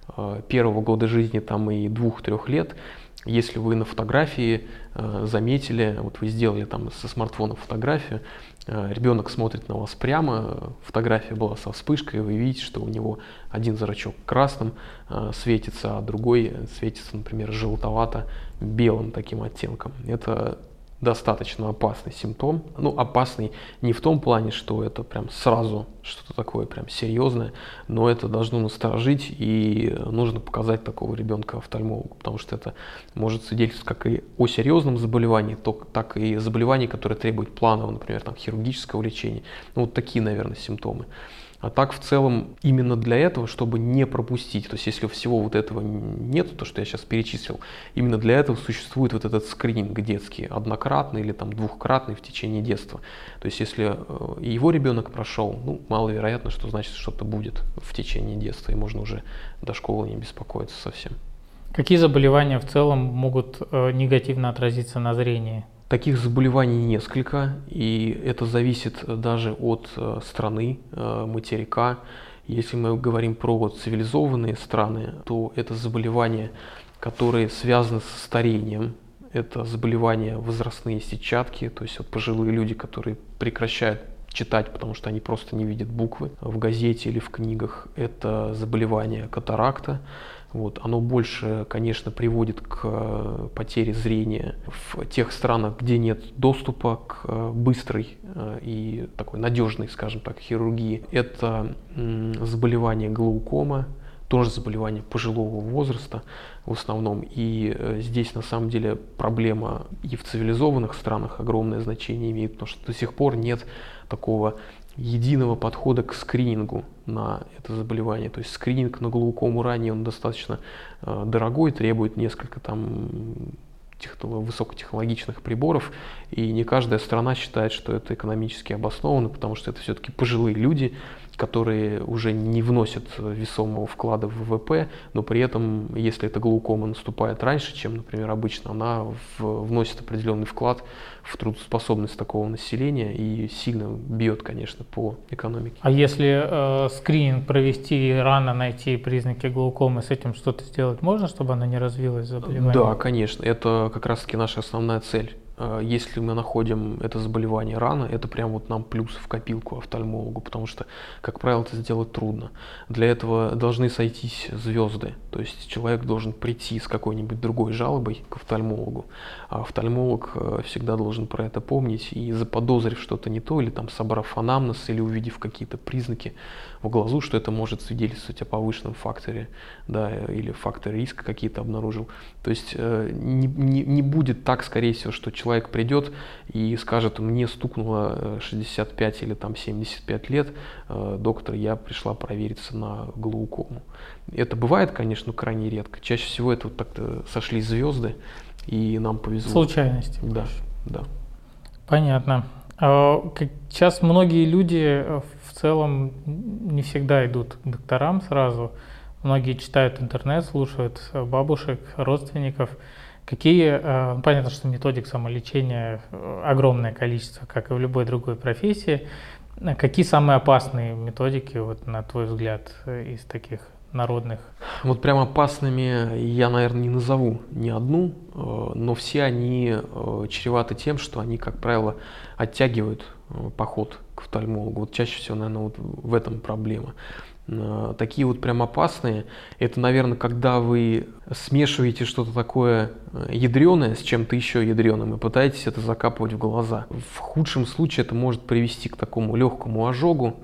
Speaker 3: 1 года жизни, там и 2-3 лет. Если вы на фотографии заметили, вот вы сделали там со смартфона фотографию, ребенок смотрит на вас прямо, фотография была со вспышкой, вы видите, что у него один зрачок красным светится, а другой светится, например, желтовато-белым таким оттенком. Это достаточно опасный симптом. Опасный не в том плане, что это прям сразу что-то такое прям серьезное, но это должно насторожить, и нужно показать такого ребенка офтальмологу, потому что это может свидетельствовать как и о серьезном заболевании, так и заболевании, которое требует планового, например, там, хирургического лечения. Такие, наверное, симптомы. А так, в целом, именно для этого, чтобы не пропустить, то есть если всего вот этого нет, то, что я сейчас перечислил, именно для этого существует вот этот скрининг детский, однократный или там двухкратный в течение детства. То есть если его ребенок прошел, маловероятно, что значит что-то будет в течение детства, и можно уже до школы не беспокоиться совсем.
Speaker 2: Какие заболевания в целом могут негативно отразиться на зрении?
Speaker 3: Таких заболеваний несколько, и это зависит даже от страны, материка. Если мы говорим про цивилизованные страны, то это заболевания, которые связаны со старением. Это заболевания возрастные сетчатки, то есть пожилые люди, которые прекращают читать, потому что они просто не видят буквы в газете или в книгах. Это заболевание катаракта. Оно больше, конечно, приводит к потере зрения в тех странах, где нет доступа к быстрой и такой надежной, скажем так, хирургии. Это заболевание глаукома, тоже заболевание пожилого возраста в основном. И здесь на самом деле проблема и в цивилизованных странах огромное значение имеет, потому что до сих пор нет такого единого подхода к скринингу на это заболевание. То есть скрининг на глаукому ранее, он достаточно дорогой, требует несколько там высокотехнологичных приборов, и не каждая страна считает, что это экономически обосновано, потому что это все-таки пожилые люди, которые уже не вносят весомого вклада в ВВП, но при этом, если эта глаукома наступает раньше, чем, например, обычно, она вносит определенный вклад в трудоспособность такого населения и сильно бьет, конечно, по экономике.
Speaker 2: А если скрининг провести и рано найти признаки глаукомы, с этим что-то сделать можно, чтобы она не развилась заболевание?
Speaker 3: Да, конечно, это как раз-таки наша основная цель. Если мы находим это заболевание рано, это прям нам плюс в копилку офтальмологу, потому что, как правило, это сделать трудно. Для этого должны сойтись звезды, то есть человек должен прийти с какой-нибудь другой жалобой к офтальмологу, а офтальмолог всегда должен про это помнить и, заподозрив что-то не то, или там собрав анамнез, или увидев какие-то признаки в глазу, что это может свидетельствовать о повышенном факторе, или факторы риска какие-то обнаружил. То есть не будет так, скорее всего, что человек придет и скажет: мне стукнуло 65 или там 75 лет, доктор, я пришла провериться на глаукому. Это бывает, конечно, крайне редко. Чаще всего это так-то сошлись звезды, и нам повезло.
Speaker 2: Случайности.
Speaker 3: Да.
Speaker 2: Понятно. Сейчас многие люди в целом не всегда идут к докторам сразу. Многие читают интернет, слушают бабушек, родственников. Понятно, что методик самолечения огромное количество, как и в любой другой профессии. Какие самые опасные методики, вот, на твой взгляд, из таких народных?
Speaker 3: Вот прям опасными я, наверное, не назову ни одну, но все они чреваты тем, что они, как правило, оттягивают поход к офтальмологу. Вот чаще всего, наверное, вот в этом проблема. Такие вот прям опасные, это, наверное, когда вы смешиваете что-то такое ядреное с чем-то еще ядреным и пытаетесь это закапывать в глаза. В худшем случае это может привести к такому легкому ожогу,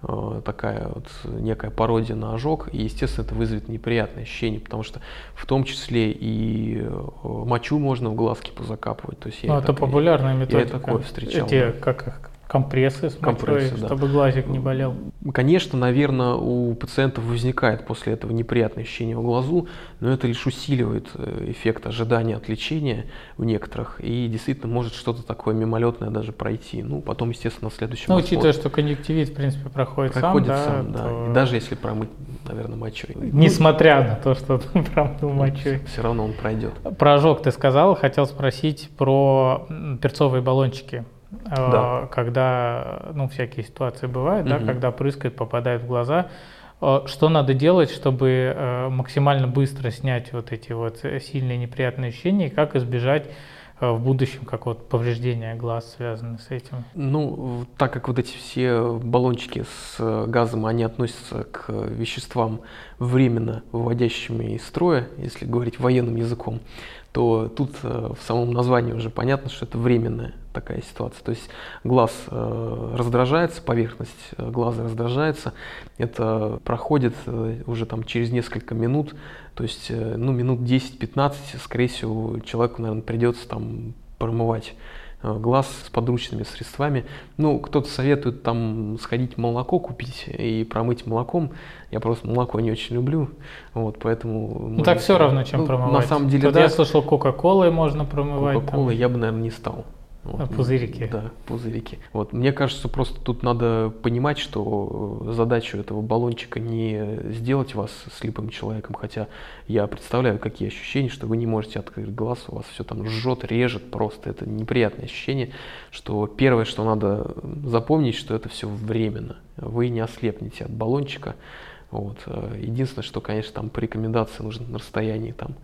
Speaker 3: такая вот некая пародия на ожог, и, естественно, это вызовет неприятные ощущения, потому что в том числе и мочу можно в глазки позакапывать. То есть
Speaker 2: это популярная методика.
Speaker 3: Я такое встречал.
Speaker 2: Эти, как их, компрессы с мочой,
Speaker 3: да.
Speaker 2: чтобы глазик не болел.
Speaker 3: Конечно, наверное, у пациентов возникает после этого неприятное ощущение в глазу, но это лишь усиливает эффект ожидания от лечения в некоторых, и действительно может что-то такое мимолетное даже пройти. Ну, потом, естественно, на следующем осмотре.
Speaker 2: Учитывая, что конъюнктивит, в принципе, проходит сам,
Speaker 3: да.
Speaker 2: То...
Speaker 3: И даже если промыть, наверное, мочой.
Speaker 2: Несмотря на то, что ты промыл мочой.
Speaker 3: Все равно он пройдет.
Speaker 2: Про ожог ты сказал, хотел спросить про перцовые баллончики.
Speaker 3: Да.
Speaker 2: Когда, всякие ситуации бывают, да, когда прыскает, попадает в глаза, что надо делать, чтобы максимально быстро снять вот эти вот сильные неприятные ощущения, и как избежать в будущем как повреждения глаз, связанные с этим?
Speaker 3: Ну, так как вот эти все баллончики с газом, они относятся к веществам, временно выводящим из строя, если говорить военным языком, то тут в самом названии уже понятно, что это временная такая ситуация. То есть глаз раздражается, поверхность глаза раздражается, это проходит уже там через несколько минут, то есть минут 10-15, скорее всего, человеку, наверное, придется там промывать глаз с подручными средствами. Кто-то советует там сходить молоко купить и промыть молоком. Я просто молоко не очень люблю, поэтому...
Speaker 2: так все равно, чем промывать.
Speaker 3: На самом деле, да.
Speaker 2: Я слышал, кока-колой можно промывать.
Speaker 3: Кока-колой я бы, наверное, не стал.
Speaker 2: Пузырики.
Speaker 3: Да, пузырики. Мне кажется, просто тут надо понимать, что задача этого баллончика не сделать вас слепым человеком, хотя я представляю, какие ощущения, что вы не можете открыть глаз, у вас все там жжет, режет просто. Это неприятное ощущение, что первое, что надо запомнить, что это все временно. Вы не ослепнете от баллончика. Единственное, что, конечно, там по рекомендации нужно на расстоянии там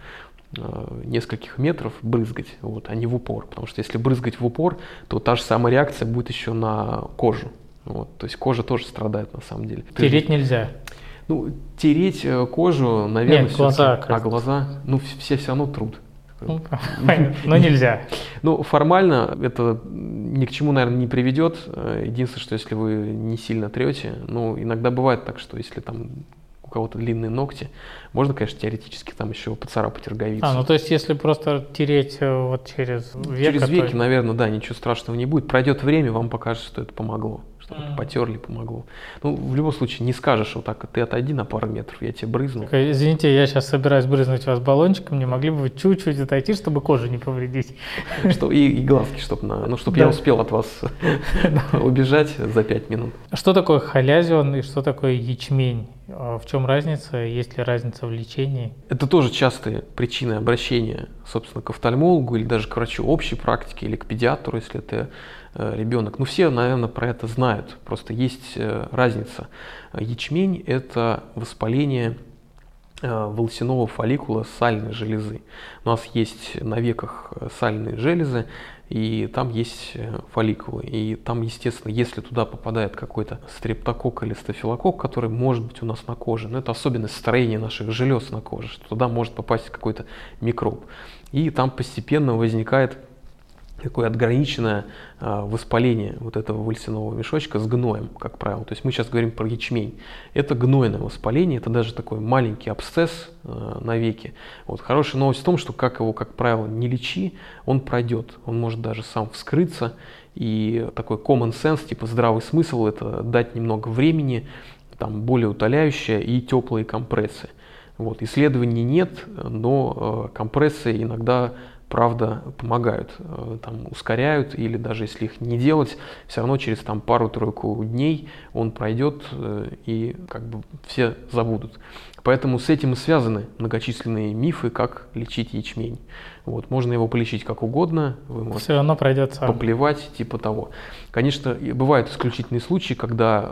Speaker 3: нескольких метров брызгать, а не в упор. Потому что если брызгать в упор, то та же самая реакция будет еще на кожу. То есть кожа тоже страдает на самом деле.
Speaker 2: Тереть нельзя.
Speaker 3: Тереть кожу, наверное,
Speaker 2: нет, глаза.
Speaker 3: Глаза, все равно труд.
Speaker 2: Но нельзя.
Speaker 3: Формально это ни к чему, наверное, не приведет. Единственное, что если вы не сильно трете, иногда бывает так, что если там у кого-то длинные ногти, можно, конечно, теоретически там еще поцарапать роговицу.
Speaker 2: То есть если просто тереть через веко...
Speaker 3: Через веки, наверное, да, ничего страшного не будет. Пройдет время, вам покажется, что это помогло. Что потерли, помогло. В любом случае, не скажешь вот так, ты отойди на пару метров, я тебе брызну.
Speaker 2: Извините, я сейчас собираюсь брызнуть вас баллончиком, не могли бы вы чуть-чуть отойти, чтобы кожу не повредить?
Speaker 3: И глазки, чтобы я успел от вас убежать за 5 минут.
Speaker 2: Что такое халязион и что такое ячмень? В чем разница? Есть ли разница в лечении?
Speaker 3: Это тоже частые причины обращения, собственно, к офтальмологу или даже к врачу общей практики или к педиатру, если это ребенок. Все, наверное, про это знают. Просто есть разница. Ячмень – это воспаление волосяного фолликула сальной железы. У нас есть на веках сальные железы, и там есть фолликулы. И там, естественно, если туда попадает какой-то стрептококк или стафилококк, который может быть у нас на коже, это особенность строения наших желез на коже, что туда может попасть какой-то микроб. И там постепенно возникает такое отграниченное воспаление этого волосяного мешочка с гноем, как правило. То есть мы сейчас говорим про ячмень. Это гнойное воспаление, это даже такой маленький абсцесс на веке. Хорошая новость в том, что как его, как правило, не лечи, он пройдет. Он может даже сам вскрыться. И такой common sense, типа здравый смысл, это дать немного времени, там более утоляющее и теплые компрессы. Исследований нет, но компрессы иногда правда помогают, ускоряют, или даже если их не делать, все равно через пару-тройку дней он пройдет и все забудут. Поэтому с этим и связаны многочисленные мифы, как лечить ячмень. Вот, можно его полечить как угодно, вы можете
Speaker 2: Все равно пройдет сам.
Speaker 3: поплевать, типа того. Конечно, бывают исключительные случаи, когда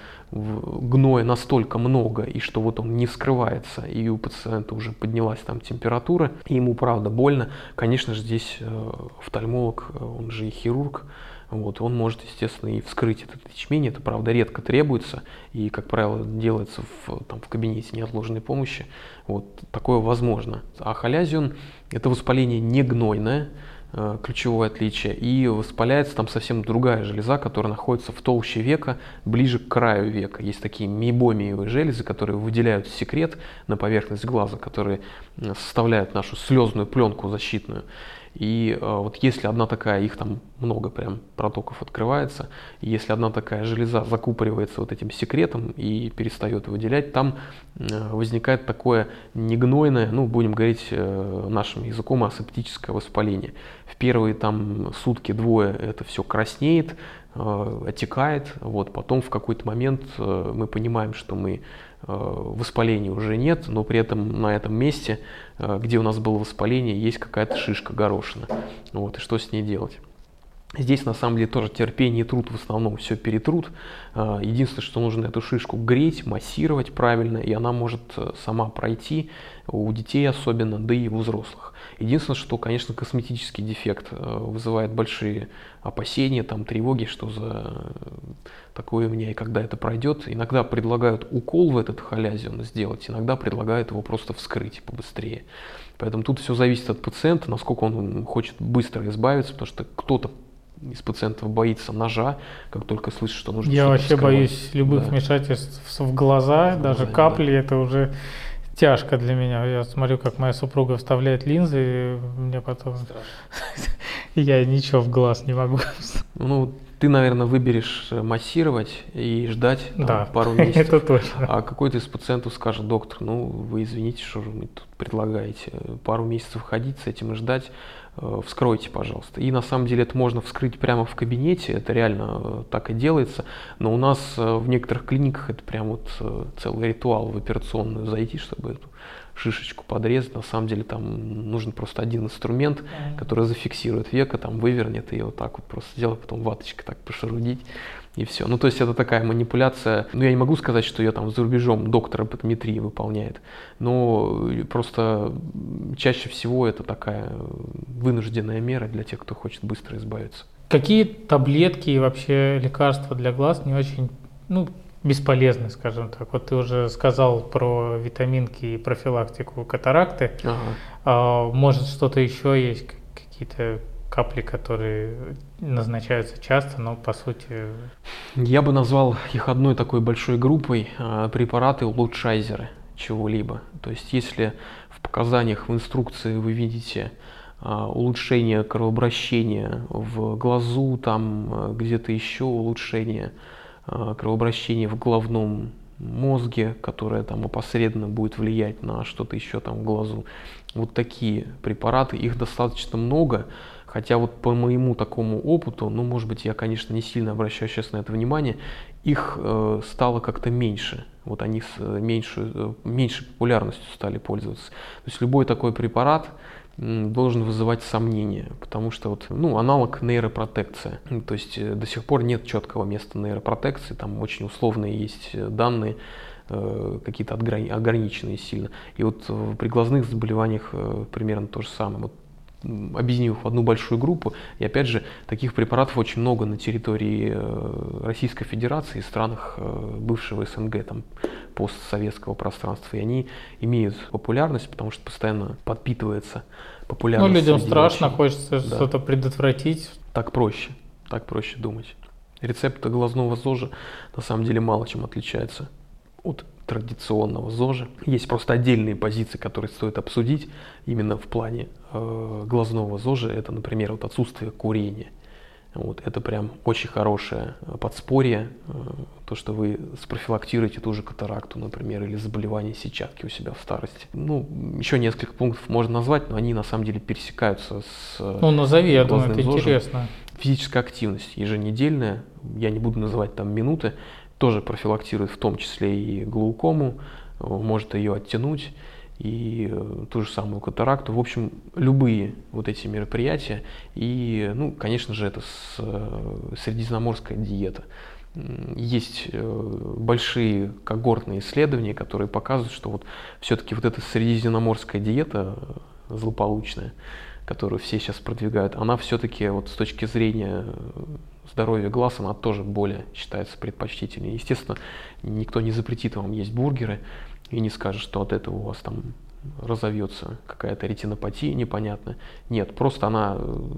Speaker 3: гноя настолько много, и что вот он не вскрывается, и у пациента уже поднялась там температура, и ему правда больно. Конечно же, здесь офтальмолог, он же и хирург, вот, он может, естественно, и вскрыть этот ячмень. Это, правда, редко требуется и, как правило, делается в кабинете неотложной помощи. Вот, такое возможно. А халязион – это воспаление не гнойное, ключевое отличие, и воспаляется там совсем другая железа, которая находится в толще века, ближе к краю века. Есть такие мейбомиевые железы, которые выделяют секрет на поверхность глаза, которые составляют нашу слезную пленку защитную. И вот если одна такая, их там много прям протоков открывается, и если одна такая железа закупоривается вот этим секретом и перестает выделять, там возникает такое негнойное, ну будем говорить нашим языком, асептическое воспаление. В первые там сутки-двое это все краснеет, отекает, вот, потом в какой-то момент мы понимаем, что воспаления уже нет, но при этом на этом месте, где у нас было воспаление, есть какая-то шишка горошина. Вот, и что с ней делать? Здесь на самом деле тоже терпение и труд в основном все перетрут. Единственное, что нужно эту шишку греть, массировать правильно, и она может сама пройти, у детей особенно, да и у взрослых. Единственное, что, конечно, косметический дефект вызывает большие опасения, там, тревоги, что за такое у меня и когда это пройдет. Иногда предлагают укол в этот халязион сделать, иногда предлагают его просто вскрыть побыстрее. Поэтому тут все зависит от пациента, насколько он хочет быстро избавиться, потому что кто-то из пациентов боится ножа, как только слышит, что нужно
Speaker 2: Я
Speaker 3: что-то
Speaker 2: вообще
Speaker 3: вскрывать.
Speaker 2: боюсь любых вмешательств в глаза, даже капли, это уже тяжко для меня. Я смотрю, как моя супруга вставляет линзы, и мне потом... Я ничего в глаз не могу.
Speaker 3: Ну, ты, наверное, выберешь массировать и ждать
Speaker 2: Да,
Speaker 3: пару месяцев.
Speaker 2: это точно.
Speaker 3: А какой-то из пациентов скажет: доктор, ну вы извините, что же вы тут предлагаете, пару месяцев ходить с этим и ждать, вскройте, пожалуйста. И на самом деле это можно вскрыть прямо в кабинете, это реально так и делается, но у нас в некоторых клиниках это прям вот целый ритуал в операционную зайти, чтобы эту шишечку подрезать. На самом деле там нужен просто один инструмент, который зафиксирует веко, там вывернет ее вот так вот просто сделать, потом ваточкой так пошерудить. И все. Ну, то есть это такая манипуляция. Ну, я не могу сказать, что ее там за рубежом доктор апотометрии выполняет, но просто чаще всего это такая вынужденная мера для тех, кто хочет быстро избавиться.
Speaker 2: Какие таблетки и вообще лекарства для глаз не очень, бесполезны, скажем так? Вот ты уже сказал про витаминки и профилактику катаракты. Может, что-то еще есть, какие-то капли, которые назначаются часто, но по сути...
Speaker 3: Я бы назвал их одной такой большой группой препараты-улучшайзеры чего-либо. То есть если в показаниях, в инструкции вы видите улучшение кровообращения в глазу, там где-то еще улучшение кровообращения в головном мозге, которое там опосредованно будет влиять на что-то еще там в глазу. Вот такие препараты, их достаточно много. Хотя вот по моему такому опыту, может быть, я, конечно, не сильно обращаю сейчас на это внимание, их стало как-то меньше. Вот они с меньшей популярностью стали пользоваться. То есть любой такой препарат должен вызывать сомнения, потому что аналог нейропротекция. То есть до сих пор нет четкого места нейропротекции, там очень условные есть данные, какие-то ограниченные сильно. И вот при глазных заболеваниях примерно то же самое. Вот объединив в одну большую группу, и опять же, таких препаратов очень много на территории Российской Федерации и странах бывшего СНГ, там, постсоветского пространства, и они имеют популярность, потому что постоянно подпитывается популярность.
Speaker 2: Людям страшно,
Speaker 3: врачей.
Speaker 2: хочется что-то предотвратить.
Speaker 3: Так проще думать. Рецепт глазного ЗОЖа на самом деле мало чем отличается от традиционного ЗОЖа. Есть просто отдельные позиции, которые стоит обсудить именно в плане глазного ЗОЖа. Это, например, вот отсутствие курения. Вот, это прям очень хорошее подспорье, то, что вы спрофилактируете ту же катаракту, например, или заболевание сетчатки у себя в старости. Еще несколько пунктов можно назвать, но они на самом деле пересекаются с
Speaker 2: назови, я думаю, это
Speaker 3: ЗОЖем.
Speaker 2: интересно.
Speaker 3: Физическая активность еженедельная, я не буду называть там минуты, тоже профилактирует в том числе и глаукому, может ее оттянуть. и ту же самую катаракту. В общем, любые вот эти мероприятия. И, ну, конечно же, это средиземноморская диета. Есть большие когортные исследования, которые показывают, что вот все-таки вот эта средиземноморская диета злополучная, которую все сейчас продвигают, она все-таки вот с точки зрения здоровья глаз, она тоже более считается предпочтительнее. Естественно, никто не запретит вам есть бургеры и не скажет, что от этого у вас там разовьется какая-то ретинопатия непонятная. Нет, просто она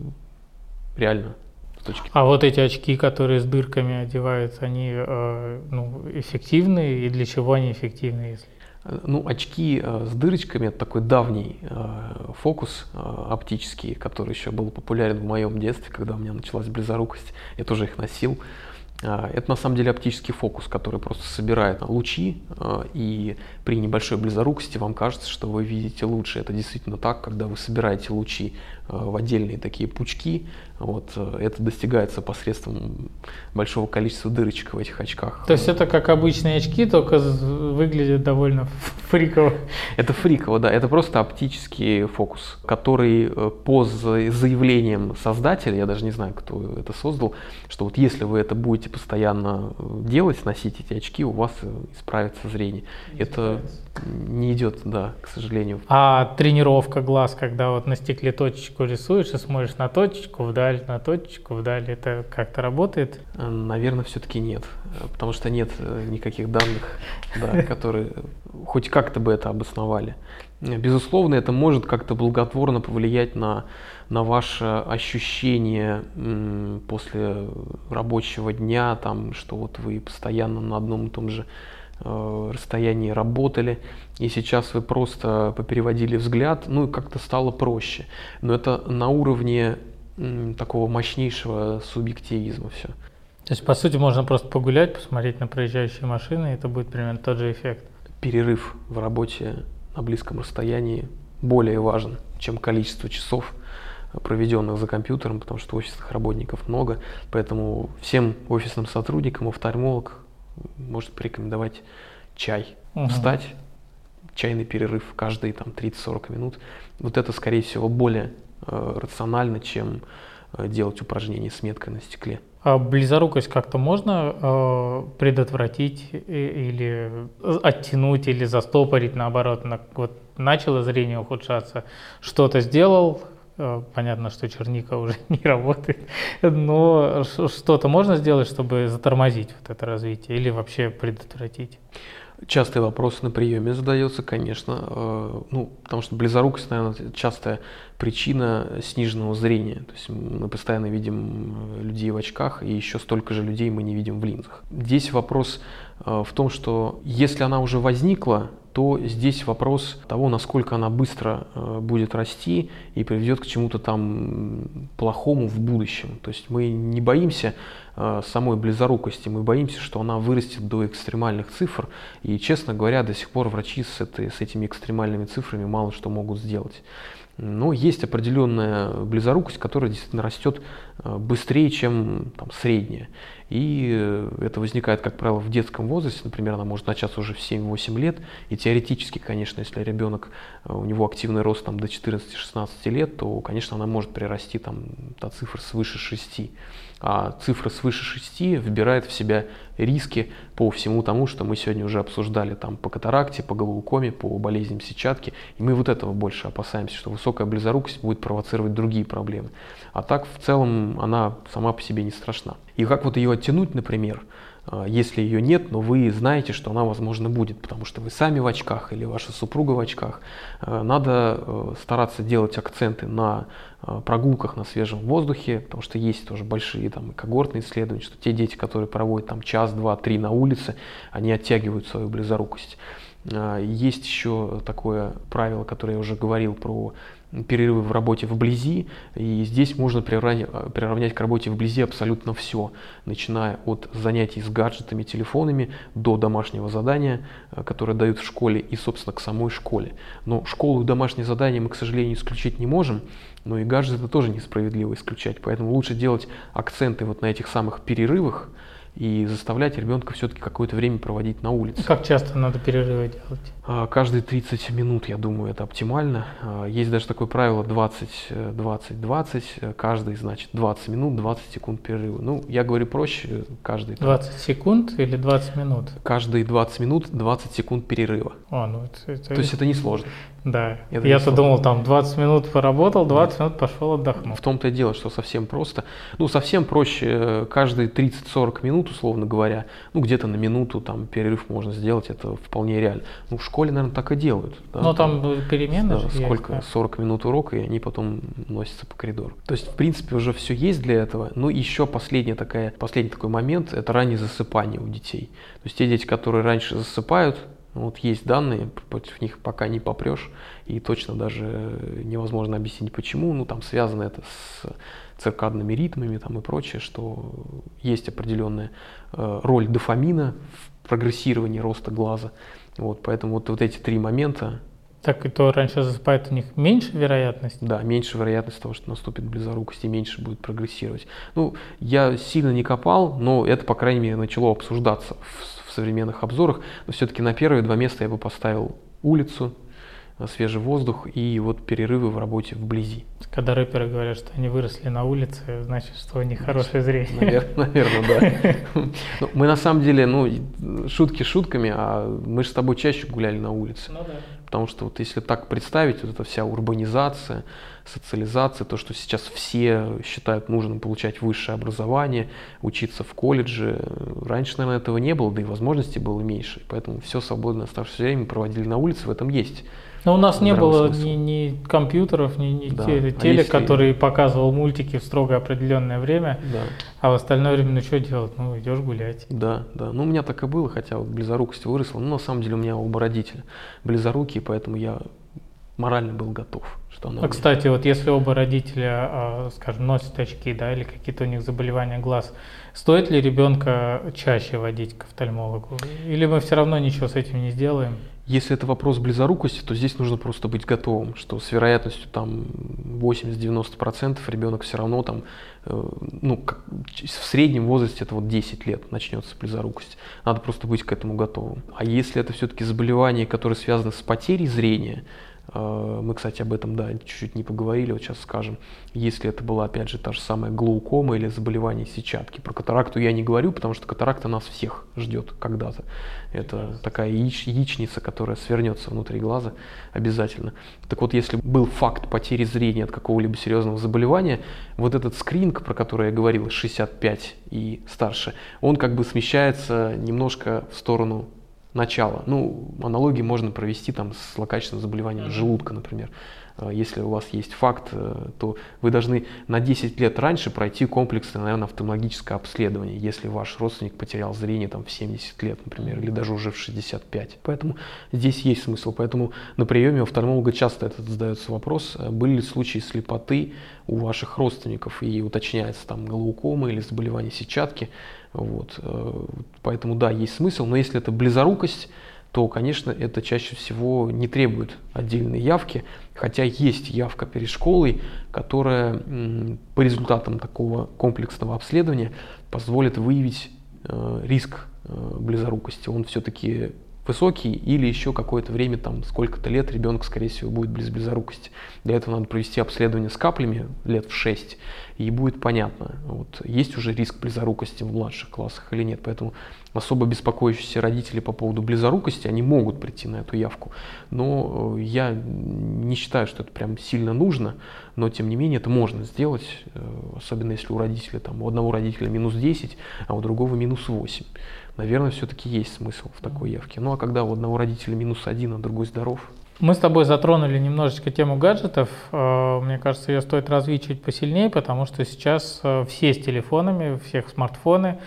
Speaker 3: реально с точки...
Speaker 2: А вот эти очки, которые с дырками одеваются, они эффективны, и для чего они эффективны, если...
Speaker 3: Ну, очки с дырочками – это такой давний фокус оптический, который еще был популярен в моем детстве, когда у меня началась близорукость. Я тоже их носил. Это на самом деле оптический фокус, который просто собирает лучи, и при небольшой близорукости вам кажется, что вы видите лучше. Это действительно так, когда вы собираете лучи в отдельные такие пучки. Вот, это достигается посредством большого количества дырочек в этих очках.
Speaker 2: То есть это как обычные очки, только выглядят довольно фриково.
Speaker 3: Это фриково, да. Это просто оптический фокус, который по заявлениям создателя, я даже не знаю, кто это создал, что вот если вы это будете постоянно делать, носить эти очки, у вас исправится зрение. Это не идет, да, к сожалению.
Speaker 2: А тренировка глаз, когда вот на стекле точечку рисуешь и смотришь на точечку вдаль, это как-то работает?
Speaker 3: Наверное, все-таки нет, потому что нет никаких данных, да, которые хоть как-то бы это обосновали. Безусловно, это может как-то благотворно повлиять на ваше ощущение после рабочего дня, там, что вот вы постоянно на одном и том же расстоянии работали, и сейчас вы просто попереводили взгляд, ну и как-то стало проще. Но это на уровне такого мощнейшего субъективизма все.
Speaker 2: То есть, по сути, можно просто погулять, посмотреть на проезжающие машины, и это будет примерно тот же эффект.
Speaker 3: Перерыв в работе на близком расстоянии более важен, чем количество часов, проведенных за компьютером, потому что офисных работников много, поэтому всем офисным сотрудникам офтальмолог может порекомендовать чай. Встать, чайный перерыв каждые там 30-40 минут. Вот это, скорее всего, более рационально, чем делать упражнения с меткой на стекле.
Speaker 2: А близорукость как-то можно предотвратить или оттянуть, или застопорить, наоборот? Вот начало зрение ухудшаться, что-то сделал, понятно, что черника уже не работает, но что-то можно сделать, чтобы затормозить вот это развитие или вообще предотвратить?
Speaker 3: Частый вопрос на приеме задается, конечно, потому что близорукость, наверное, частая причина сниженного зрения. То есть мы постоянно видим людей в очках, и еще столько же людей мы не видим в линзах. Здесь вопрос в том, что если она уже возникла, то здесь вопрос того, насколько она быстро будет расти и приведет к чему-то там плохому в будущем. То есть мы не боимся самой близорукости, мы боимся, что она вырастет до экстремальных цифр. И, честно говоря, до сих пор врачи с этими экстремальными цифрами мало что могут сделать. Но есть определенная близорукость, которая действительно растет быстрее, чем там, средняя. И это возникает, как правило, в детском возрасте. Например, она может начаться уже в 7-8 лет. И теоретически, конечно, если ребенок, у него активный рост там, до 14-16 лет, то, конечно, она может прирасти там, до цифр свыше 6. А цифра свыше 6 вбирает в себя риски по всему тому, что мы сегодня уже обсуждали там, по катаракте, по глаукоме, по болезням сетчатки. И мы вот этого больше опасаемся, что высокая близорукость будет провоцировать другие проблемы. А так, в целом, она сама по себе не страшна. И как вот ее оттянуть, например, если ее нет, но вы знаете, что она, возможно, будет, потому что вы сами в очках или ваша супруга в очках, надо стараться делать акценты на прогулках на свежем воздухе, потому что есть тоже большие там, когортные исследования, что те дети, которые проводят там, час, два, три на улице, они оттягивают свою близорукость. Есть еще такое правило, которое я уже говорил про перерывы в работе вблизи, и здесь можно приравнять к работе вблизи абсолютно все, начиная от занятий с гаджетами, телефонами, до домашнего задания, которое дают в школе, и, собственно, к самой школе. Но школу и домашние задания мы, к сожалению, исключить не можем, но и гаджеты тоже несправедливо исключать, поэтому лучше делать акценты вот на этих самых перерывах, и заставлять ребенка все-таки какое-то время проводить на улице.
Speaker 2: Как часто надо перерывы делать?
Speaker 3: Каждые 30 минут, я думаю, это оптимально. Есть даже такое правило 20-20-20, каждый, значит, 20 минут, 20 секунд перерыва. Ну, я говорю проще, каждый...
Speaker 2: 20 секунд или 20 минут?
Speaker 3: Каждые 20 минут, 20 секунд перерыва. То есть это несложно.
Speaker 2: Да, я-то думал, там 20 минут поработал, 20 минут пошел отдохнул.
Speaker 3: В том-то и дело, что совсем просто. Ну, совсем проще, каждые 30-40 минут, условно говоря, ну, где-то на минуту там перерыв можно сделать, это вполне реально. Ну, в школе, наверное, так и делают. Да?
Speaker 2: Ну, там перемены же
Speaker 3: сколько?
Speaker 2: есть, да.
Speaker 3: 40 минут урока, и они потом носятся по коридору. То есть, в принципе, уже все есть для этого. Ну, еще последний такой момент, это раннее засыпание у детей. То есть, те дети, которые раньше засыпают, вот есть данные, против них пока не попрешь, и точно даже невозможно объяснить почему. Ну, там связано это с циркадными ритмами там, и прочее, что есть определенная роль дофамина в прогрессировании роста глаза. Вот, поэтому вот эти три момента.
Speaker 2: Так, и то раньше засыпает, у них меньше вероятность?
Speaker 3: Да, меньше вероятность того, что наступит близорукость, и меньше будет прогрессировать. Ну, я сильно не копал, но это, по крайней мере, начало обсуждаться в современных обзорах. Но все-таки на первые два места я бы поставил улицу, свежий воздух и вот перерывы в работе вблизи.
Speaker 2: Когда рэперы говорят, что они выросли на улице, значит, что у них хорошее зрение.
Speaker 3: Наверное, да. Мы на самом деле, шутки шутками, а мы же с тобой чаще гуляли на улице.
Speaker 2: Ну да.
Speaker 3: Потому что вот если так представить, вот эта вся урбанизация, социализация, то, что сейчас все считают нужным получать высшее образование, учиться в колледже, раньше, наверное, этого не было, да и возможностей было меньше. Поэтому все свободное оставшееся время проводили на улице, в этом есть.
Speaker 2: Но у нас не было ни компьютеров, ни телек, который показывал мультики в строго определенное время, а в остальное время, что делать? Идешь гулять.
Speaker 3: Да. Ну, у меня так и было, хотя вот близорукость выросла. Но на самом деле у меня оба родителя близорукие, поэтому я морально был готов.
Speaker 2: Кстати, вот если оба родителя, скажем, носят очки, да, или какие-то у них заболевания глаз, стоит ли ребенка чаще водить к офтальмологу? Или мы все равно ничего с этим не сделаем?
Speaker 3: Если это вопрос близорукости, то здесь нужно просто быть готовым, что с вероятностью там 80-90% ребенок все равно там, в среднем возрасте это вот 10 лет начнется близорукость. Надо просто быть к этому готовым. А если это все-таки заболевание, которое связано с потерей зрения, мы, кстати, об этом, чуть-чуть не поговорили, вот сейчас скажем. Если это была, опять же, та же самая глаукома или заболевание сетчатки. Про катаракту я не говорю, потому что катаракта нас всех ждет когда-то. Это такая яичница, которая свернется внутри глаза обязательно. Так вот, если был факт потери зрения от какого-либо серьезного заболевания, вот этот скрининг, про который я говорил, 65 и старше, он как бы смещается немножко в сторону начало. Аналогии можно провести там с злокачественным заболеванием желудка, например. Если у вас есть факт, то вы должны на 10 лет раньше пройти комплексное, наверное, офтальмологическое обследование, если ваш родственник потерял зрение там, в 70 лет, например, или даже уже в 65. Поэтому здесь есть смысл. Поэтому на приеме у офтальмолога часто задается вопрос, были ли случаи слепоты у ваших родственников, и уточняется там глаукома или заболевание сетчатки. Вот. Поэтому да, есть смысл, но если это близорукость, то, конечно, это чаще всего не требует отдельной явки, хотя есть явка перед школой, которая по результатам такого комплексного обследования позволит выявить риск близорукости. Он все-таки высокий или еще какое-то время, там сколько-то лет ребенок, скорее всего, будет без близорукости. Для этого надо провести обследование с каплями лет в 6, и будет понятно, вот, есть уже риск близорукости в младших классах или нет. Поэтому особо беспокоящиеся родители по поводу близорукости, они могут прийти на эту явку. Но я не считаю, что это прям сильно нужно, но тем не менее это можно сделать, особенно если у родителя, там, у одного родителя минус 10, а у другого минус 8. Наверное, все-таки есть смысл в такой явке. Ну а когда у одного родителя минус 1, а другой здоров?
Speaker 2: Мы с тобой затронули немножечко тему гаджетов. Мне кажется, ее стоит развить чуть посильнее, потому что сейчас все с телефонами, у всех смартфоны,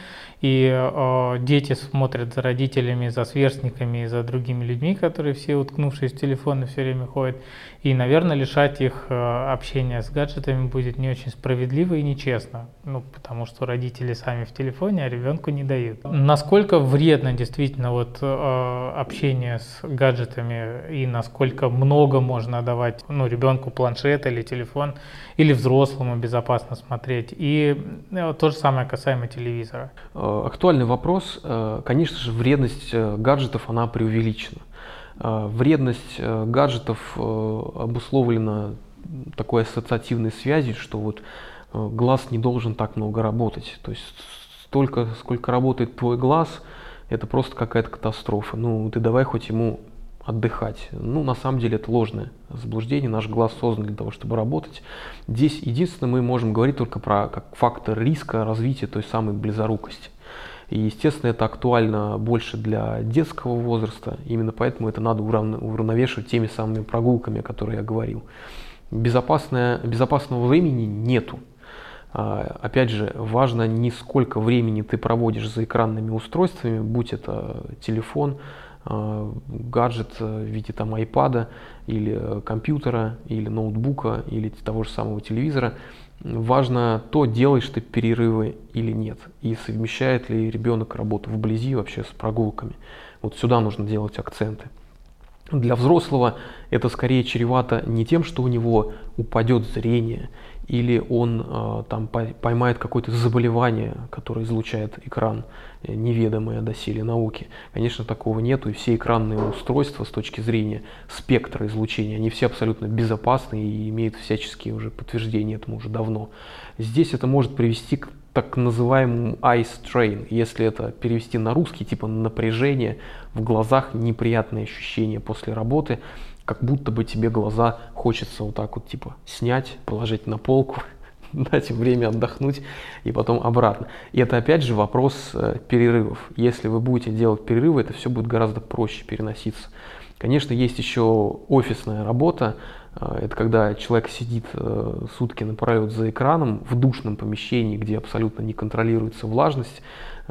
Speaker 2: и дети смотрят за родителями, за сверстниками и за другими людьми, которые все, уткнувшись в телефоны, все время ходят. И, наверное, лишать их общения с гаджетами будет не очень справедливо и нечестно. Потому что родители сами в телефоне, а ребенку не дают. Насколько вредно действительно общение с гаджетами и насколько много можно давать ребенку планшет или телефон, или взрослому безопасно смотреть. И то же самое касаемо телевизора.
Speaker 3: актуальный вопрос. Конечно же, вредность гаджетов, она преувеличена. Вредность гаджетов обусловлена такой ассоциативной связью, что вот глаз не должен так много работать. То есть столько, сколько работает твой глаз, это просто какая-то катастрофа. Ну, ты давай хоть ему отдыхать. Ну, на самом деле это ложное заблуждение. Наш глаз создан для того, чтобы работать. Здесь единственное, мы можем говорить только про как фактор риска развития той самой близорукости. И, естественно, это актуально больше для детского возраста. Именно поэтому это надо уравновешивать теми самыми прогулками, о которых я говорил. Безопасного времени нету. Опять же, важно не сколько времени ты проводишь за экранными устройствами, будь это телефон, гаджет в виде там айпада или компьютера, или ноутбука, или того же самого телевизора. Важно то, делаешь ты перерывы или нет, и совмещает ли ребенок работу вблизи вообще с прогулками. Вот сюда нужно делать акценты. Для взрослого это скорее чревато не тем, что у него упадет зрение, или он там поймает какое-то заболевание, которое излучает экран, неведомое доселе науки. Конечно, такого нету, и все экранные устройства с точки зрения спектра излучения, они все абсолютно безопасны и имеют всяческие уже подтверждения этому уже давно. Здесь это может привести к так называемому eye strain, если это перевести на русский, типа напряжение в глазах, неприятные ощущения после работы, как будто бы тебе глаза хочется вот так вот типа снять, положить на полку, дать им время отдохнуть и потом обратно. И это опять же вопрос перерывов. Если вы будете делать перерывы, это все будет гораздо проще переноситься. Конечно, есть еще офисная работа. Это когда человек сидит сутки напролет за экраном в душном помещении, где абсолютно не контролируется влажность.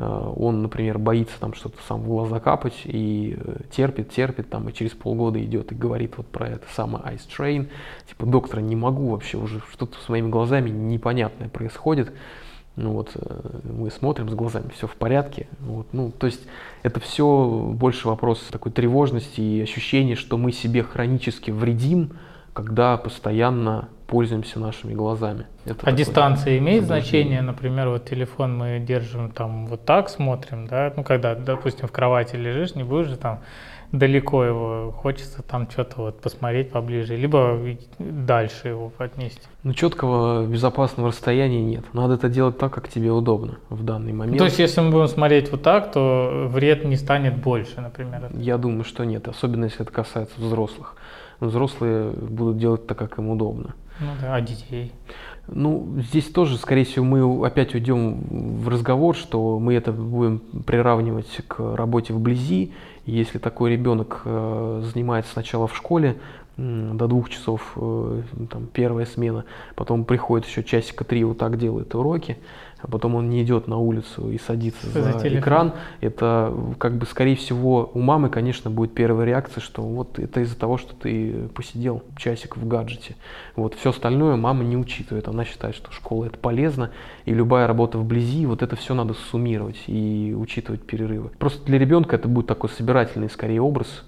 Speaker 3: Он, например, боится там что-то сам в глаза капать и терпит, там, и через полгода идет и говорит вот про это самое eye strain. Типа, доктор, не могу вообще, уже что-то с моими глазами непонятное происходит. Ну вот, мы смотрим с глазами, все в порядке. Вот, ну, то есть это все больше вопрос такой тревожности и ощущения, что мы себе хронически вредим, когда постоянно пользуемся нашими глазами.
Speaker 2: А дистанция имеет значение? Например, вот телефон мы держим там вот так, смотрим, да, ну когда, допустим, в кровати лежишь, не будешь же там далеко его, хочется там что-то вот посмотреть поближе, либо дальше его отнести.
Speaker 3: Ну, четкого безопасного расстояния нет. Надо это делать так, как тебе удобно в данный момент.
Speaker 2: То есть, если мы будем смотреть вот так, то вред не станет больше, например?
Speaker 3: Я думаю, что нет, особенно если это касается взрослых. Взрослые будут делать так, как им удобно.
Speaker 2: Ну да, а детей?
Speaker 3: Ну, здесь тоже, скорее всего, мы опять уйдем в разговор, что мы это будем приравнивать к работе вблизи. Если такой ребенок занимается сначала в школе до 2 часов, там, первая смена, потом приходит еще часика 3, вот так делает уроки, а потом он не идет на улицу и садится за экран, это как бы, скорее всего, у мамы, конечно, будет первая реакция, что вот это из-за того, что ты посидел часик в гаджете. Вот все остальное мама не учитывает, она считает, что школа это полезно, и любая работа вблизи, вот это все надо суммировать и учитывать перерывы. Просто для ребенка это будет такой собирательный, скорее, образ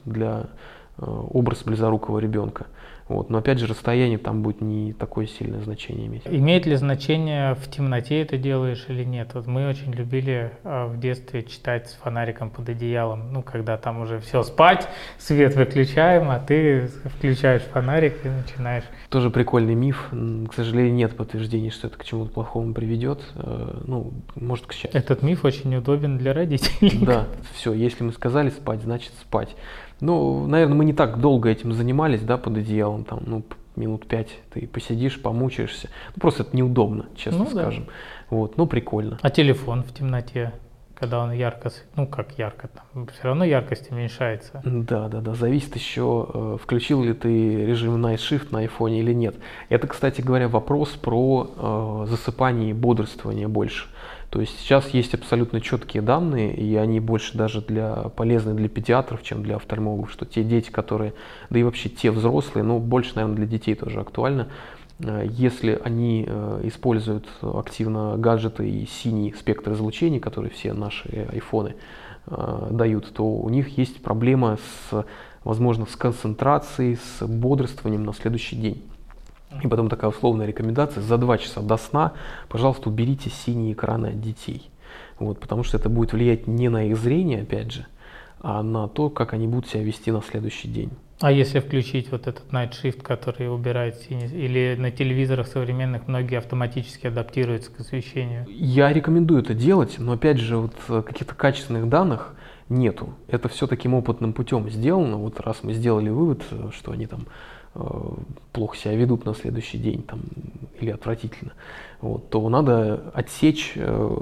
Speaker 3: близорукого ребенка. Вот. Но опять же, расстояние там будет не такое сильное значение иметь.
Speaker 2: Имеет ли значение, в темноте это делаешь или нет? Вот мы очень любили в детстве читать с фонариком под одеялом. Ну, когда там уже все, спать, свет выключаем, а ты включаешь фонарик и начинаешь.
Speaker 3: Тоже прикольный миф. К сожалению, нет подтверждений, что это к чему-то плохому приведет. Ну, может, к счастью.
Speaker 2: Этот миф очень удобен для родителей.
Speaker 3: Да, все, если мы сказали спать, значит спать. Ну, наверное, мы не так долго этим занимались, да, под одеялом, там, ну, минут 5 ты посидишь, помучаешься. Ну, просто это неудобно, честно скажем. Да. Вот, ну, прикольно.
Speaker 2: А телефон в темноте, когда он ярко, ну, как ярко, там, все равно яркость уменьшается.
Speaker 3: Да, зависит еще, включил ли ты режим Night Shift на айфоне или нет. Это, кстати говоря, вопрос про засыпание и бодрствование больше. То есть сейчас есть абсолютно четкие данные, и они больше даже полезны для педиатров, чем для офтальмологов, что те дети, которые, да и вообще те взрослые, ну больше, наверное, для детей тоже актуально, если они используют активно гаджеты и синий спектр излучения, которые все наши айфоны дают, то у них есть проблема возможно, с концентрацией, с бодрствованием на следующий день. И потом такая условная рекомендация: за 2 часа до сна, пожалуйста, уберите синие экраны от детей. Вот, потому что это будет влиять не на их зрение, опять же, а на то, как они будут себя вести на следующий день.
Speaker 2: А если включить вот этот Night Shift, который убирает синий, или на телевизорах современных многие автоматически адаптируются к освещению?
Speaker 3: Я рекомендую это делать, но опять же, вот каких-то качественных данных нету. Это все таким опытным путем сделано. Вот раз мы сделали вывод, что они там плохо себя ведут на следующий день там, или отвратительно, вот, то надо отсечь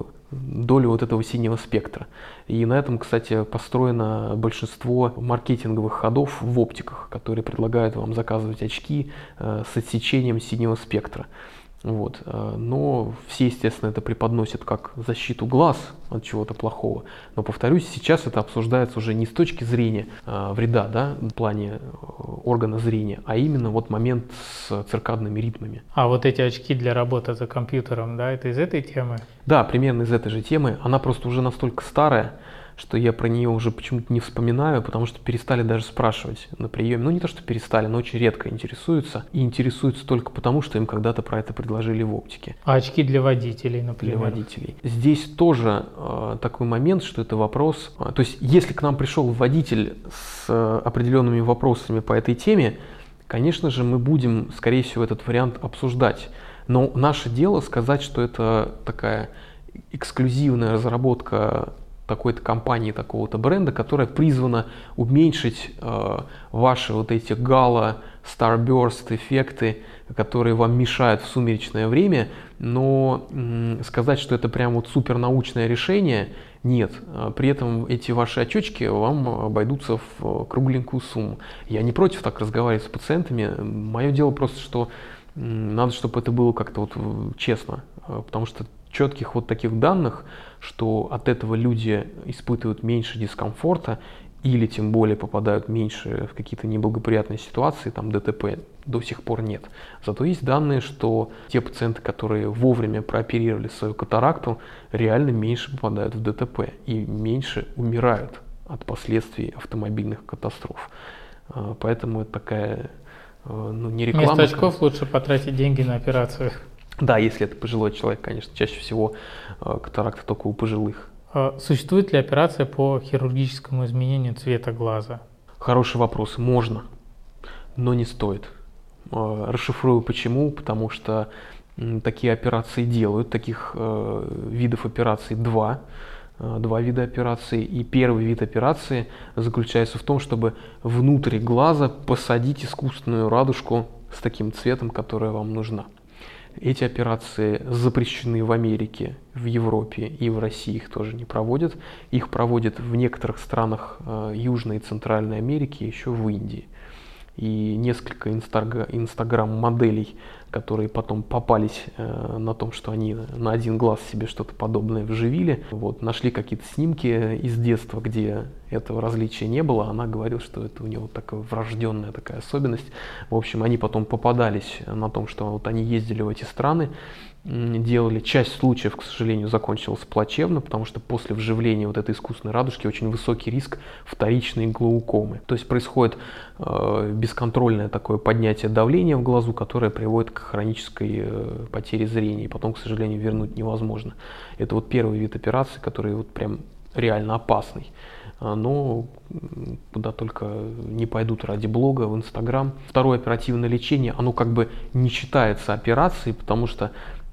Speaker 3: долю вот этого синего спектра. И на этом, кстати, построено большинство маркетинговых ходов в оптиках, которые предлагают вам заказывать очки с отсечением синего спектра. Вот. Но все, естественно, это преподносят как защиту глаз от чего-то плохого. Но, повторюсь, сейчас это обсуждается уже не с точки зрения вреда, да, в плане органа зрения, а именно вот момент с циркадными ритмами.
Speaker 2: А вот эти очки для работы за компьютером, да, это из этой темы?
Speaker 3: Да, примерно из этой же темы. Она просто уже настолько старая, что я про нее уже почему-то не вспоминаю, потому что перестали даже спрашивать на приеме. Ну, не то, что перестали, но очень редко интересуются. И интересуются только потому, что им когда-то про это предложили в оптике.
Speaker 2: А очки для водителей, например?
Speaker 3: Для водителей. Здесь тоже такой момент, что это вопрос... То есть, если к нам пришел водитель с определенными вопросами по этой теме, конечно же, мы будем, скорее всего, этот вариант обсуждать. Но наше дело сказать, что это такая эксклюзивная разработка такой-то компании, такого-то бренда, которая призвана уменьшить ваши вот эти гало, starburst эффекты, которые вам мешают в сумеречное время, но сказать, что это прям вот супернаучное решение, нет. При этом эти ваши очечки вам обойдутся в кругленькую сумму. Я не против так разговаривать с пациентами. Мое дело просто, что надо, чтобы это было как-то вот честно, потому что четких вот таких данных, что от этого люди испытывают меньше дискомфорта или тем более попадают меньше в какие-то неблагоприятные ситуации, там ДТП, до сих пор нет. Зато есть данные, что те пациенты, которые вовремя прооперировали свою катаракту, реально меньше попадают в ДТП и меньше умирают от последствий автомобильных катастроф. Поэтому это такая, ну, не реклама.
Speaker 2: Вместо очков лучше потратить деньги на операцию.
Speaker 3: Да, если это пожилой человек, конечно, чаще всего катаракта только у пожилых.
Speaker 2: Существует ли операция по хирургическому изменению цвета глаза?
Speaker 3: Хороший вопрос. Можно, но не стоит. Расшифрую почему. Потому что такие операции делают. Таких видов операций два вида операций. И первый вид операции заключается в том, чтобы внутрь глаза посадить искусственную радужку с таким цветом, которая вам нужна. Эти операции запрещены в Америке, в Европе и в России их тоже не проводят. Их проводят в некоторых странах Южной и Центральной Америки, еще в Индии. И несколько инстаграм-моделей, которые потом попались на том, что они на один глаз себе что-то подобное вживили. Вот, нашли какие-то снимки из детства, где этого различия не было. Она говорила, что это у нее вот такая врожденная такая особенность. В общем, они потом попадались на том, что вот они ездили в эти страны, делали. Часть случаев, к сожалению, закончилась плачевно, потому что после вживления вот этой искусственной радужки очень высокий риск вторичной глаукомы. То есть происходит бесконтрольное такое поднятие давления в глазу, которое приводит к хронической потере зрения, и потом, к сожалению, вернуть невозможно. Это вот первый вид операции, который вот прям реально опасный. Но куда только не пойдут ради блога в Инстаграм. Второе оперативное лечение, оно как бы не считается операцией, потому что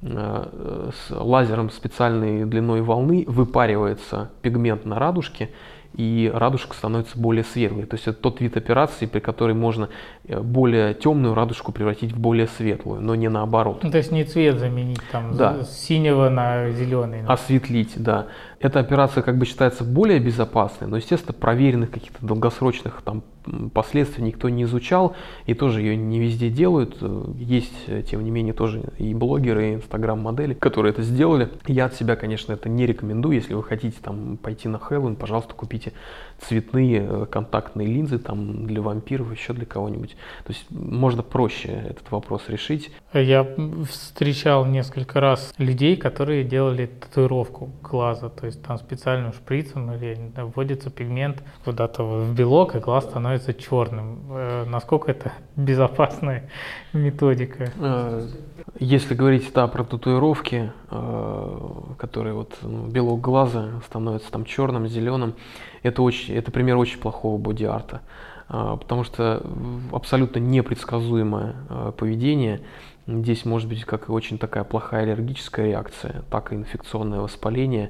Speaker 3: с лазером специальной длиной волны выпаривается пигмент на радужке, и радужка становится более светлой. То есть это тот вид операции, при которой можно более темную радужку превратить в более светлую, но не наоборот.
Speaker 2: То есть не цвет заменить, там,
Speaker 3: да.
Speaker 2: С синего на зеленый.
Speaker 3: Осветлить, да. Эта операция как бы считается более безопасной, но, естественно, проверенных каких-то долгосрочных там последствий никто не изучал, и тоже ее не везде делают. Есть, тем не менее, тоже и блогеры, и инстаграм-модели, которые это сделали. Я от себя, конечно, это не рекомендую. Если вы хотите там пойти на Хэллоуин, пожалуйста, купите цветные контактные линзы там для вампиров, еще для кого-нибудь. То есть можно проще этот вопрос решить.
Speaker 2: Я встречал несколько раз людей, которые делали татуировку глаза, то есть там специальным шприцем или вводится пигмент куда-то в белок, и глаз становится черным. Насколько это безопасная методика?
Speaker 3: Если говорить про татуировки, который вот белок глаза становится там черным, зеленым. Это пример очень плохого боди-арта, потому что абсолютно непредсказуемое поведение. Здесь может быть как и очень такая плохая аллергическая реакция, так и инфекционное воспаление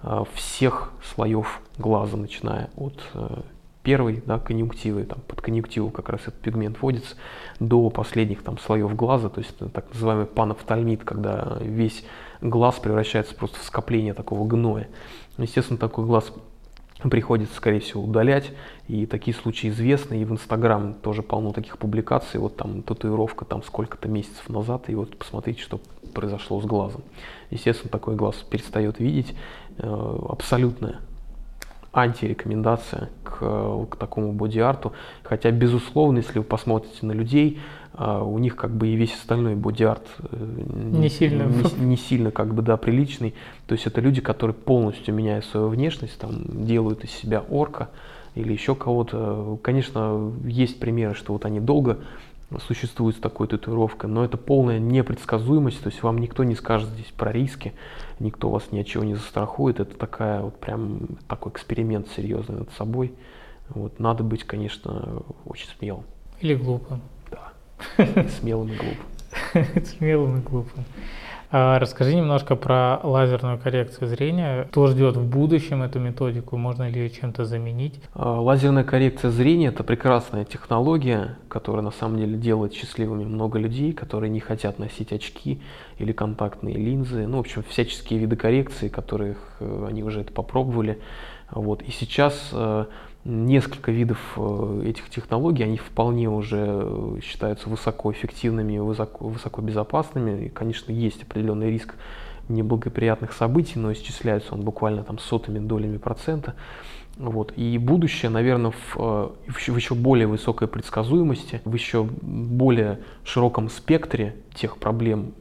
Speaker 3: всех слоев глаза, начиная от первой, да, конъюнктивы, там, под конъюнктиву как раз этот пигмент вводится, до последних там слоев глаза, то есть так называемый панофтальмит, когда весь глаз превращается просто в скопление такого гноя. Естественно, такой глаз приходится, скорее всего, удалять, и такие случаи известны, и в Инстаграм тоже полно таких публикаций, вот там татуировка там сколько-то месяцев назад, и вот посмотрите, что произошло с глазом. Естественно, такой глаз перестает видеть, абсолютная антирекомендация к такому боди-арту, хотя, безусловно, если вы посмотрите на людей, у них как бы и весь остальной боди-арт не сильно как бы, да, приличный. То есть это люди, которые полностью меняют свою внешность, там, делают из себя орка или еще кого-то. Конечно, есть примеры, что вот они долго существуют с такой татуировкой, но это полная непредсказуемость, то есть вам никто не скажет здесь про риски, никто вас ни от чего не застрахует. Это такая вот прям такой эксперимент серьезный над собой. Вот, надо быть, конечно, очень смелым.
Speaker 2: Или глупым.
Speaker 3: Да, смелым и глупым.
Speaker 2: Смелым и глупым. Расскажи немножко про лазерную коррекцию зрения. Кто ждет в будущем эту методику? Можно ли ее чем-то заменить?
Speaker 3: Лазерная коррекция зрения – это прекрасная технология, которая на самом деле делает счастливыми много людей, которые не хотят носить очки или контактные линзы. Ну, в общем, всяческие виды коррекции, которых они уже это попробовали. Вот. И сейчас несколько видов этих технологий, они вполне уже считаются высокоэффективными, высокобезопасными. И, конечно, есть определенный риск неблагоприятных событий, но исчисляется он буквально там сотыми долями процента. Вот. И будущее, наверное, в еще более высокой предсказуемости, в еще более широком спектре тех проблем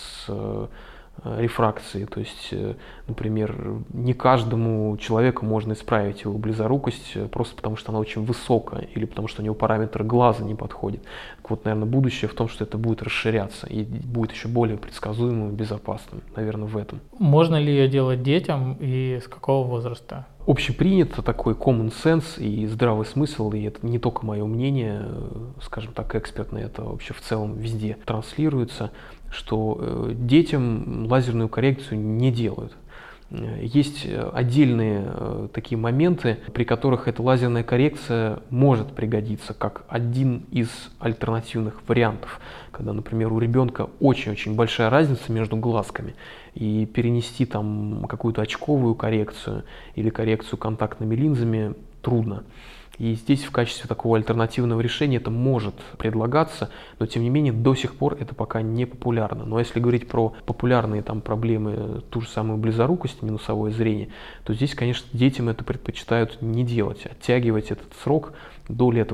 Speaker 3: с рефракции. То есть, например, не каждому человеку можно исправить его близорукость просто потому, что она очень высокая или потому, что у него параметр глаза не подходит. Так вот, наверное, будущее в том, что это будет расширяться и будет еще более предсказуемым и безопасным. Наверное, в этом.
Speaker 2: Можно ли ее делать детям и с какого возраста?
Speaker 3: Общепринято такой common sense и здравый смысл, и это не только мое мнение, скажем так, экспертное, это вообще в целом везде транслируется, что детям лазерную коррекцию не делают. Есть отдельные такие моменты, при которых эта лазерная коррекция может пригодиться как один из альтернативных вариантов, когда, например, у ребенка очень-очень большая разница между глазками, и перенести там какую-то очковую коррекцию или коррекцию контактными линзами трудно. И здесь в качестве такого альтернативного решения это может предлагаться, но тем не менее до сих пор это пока не популярно. Но если говорить про популярные там проблемы, ту же самую близорукость, минусовое зрение, то здесь, конечно, детям это предпочитают не делать, оттягивать этот срок до лет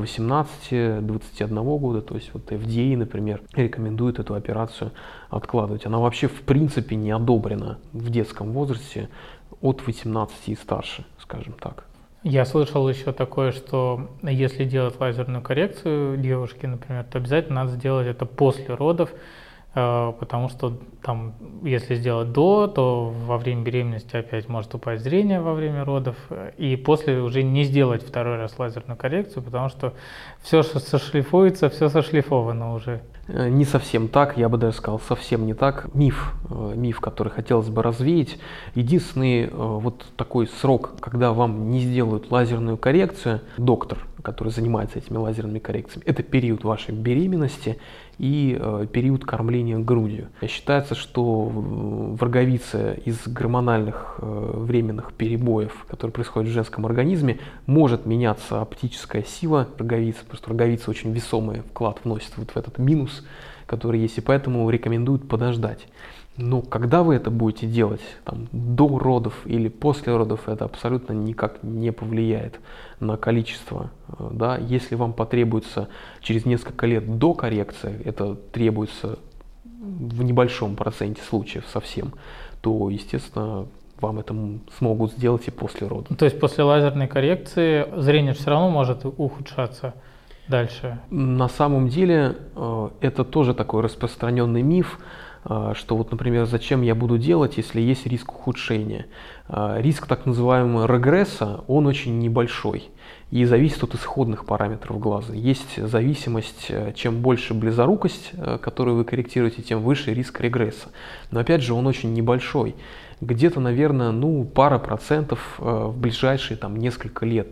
Speaker 3: 18-21 года. То есть вот FDA, например, рекомендует эту операцию откладывать. Она вообще в принципе не одобрена в детском возрасте от 18 и старше, скажем так.
Speaker 2: Я слышал еще такое, что если делать лазерную коррекцию девушке, например, то обязательно надо сделать это после родов, потому что там, если сделать до, то во время беременности опять может упасть зрение во время родов, и после уже не сделать второй раз лазерную коррекцию, потому что все сошлифуется, все сошлифовано уже.
Speaker 3: Не совсем так, я бы даже сказал, совсем не так. Миф, который хотелось бы развеять. Единственный вот такой срок, когда вам не сделают лазерную коррекцию, доктор, который занимается этими лазерными коррекциями, это период вашей беременности и период кормления грудью. Считается, что в роговице из гормональных временных перебоев, которые происходят в женском организме, может меняться оптическая сила роговицы, потому что роговица очень весомый вклад вносит вот в этот минус, который есть, и поэтому рекомендуют подождать. Но когда вы это будете делать, там, до родов или после родов, это абсолютно никак не повлияет на количество. Да? Если вам потребуется через несколько лет до коррекции, это требуется в небольшом проценте случаев совсем, то, естественно, вам это смогут сделать и после родов.
Speaker 2: То есть после лазерной коррекции зрение все равно может ухудшаться дальше?
Speaker 3: На самом деле это тоже такой распространенный миф. что вот, например, зачем я буду делать, если есть риск ухудшения. Риск так называемого регресса, он очень небольшой и зависит от исходных параметров глаза. Есть зависимость, чем больше близорукость, которую вы корректируете, тем выше риск регресса. Но опять же, он очень небольшой. Где-то, наверное, пара процентов в ближайшие несколько лет,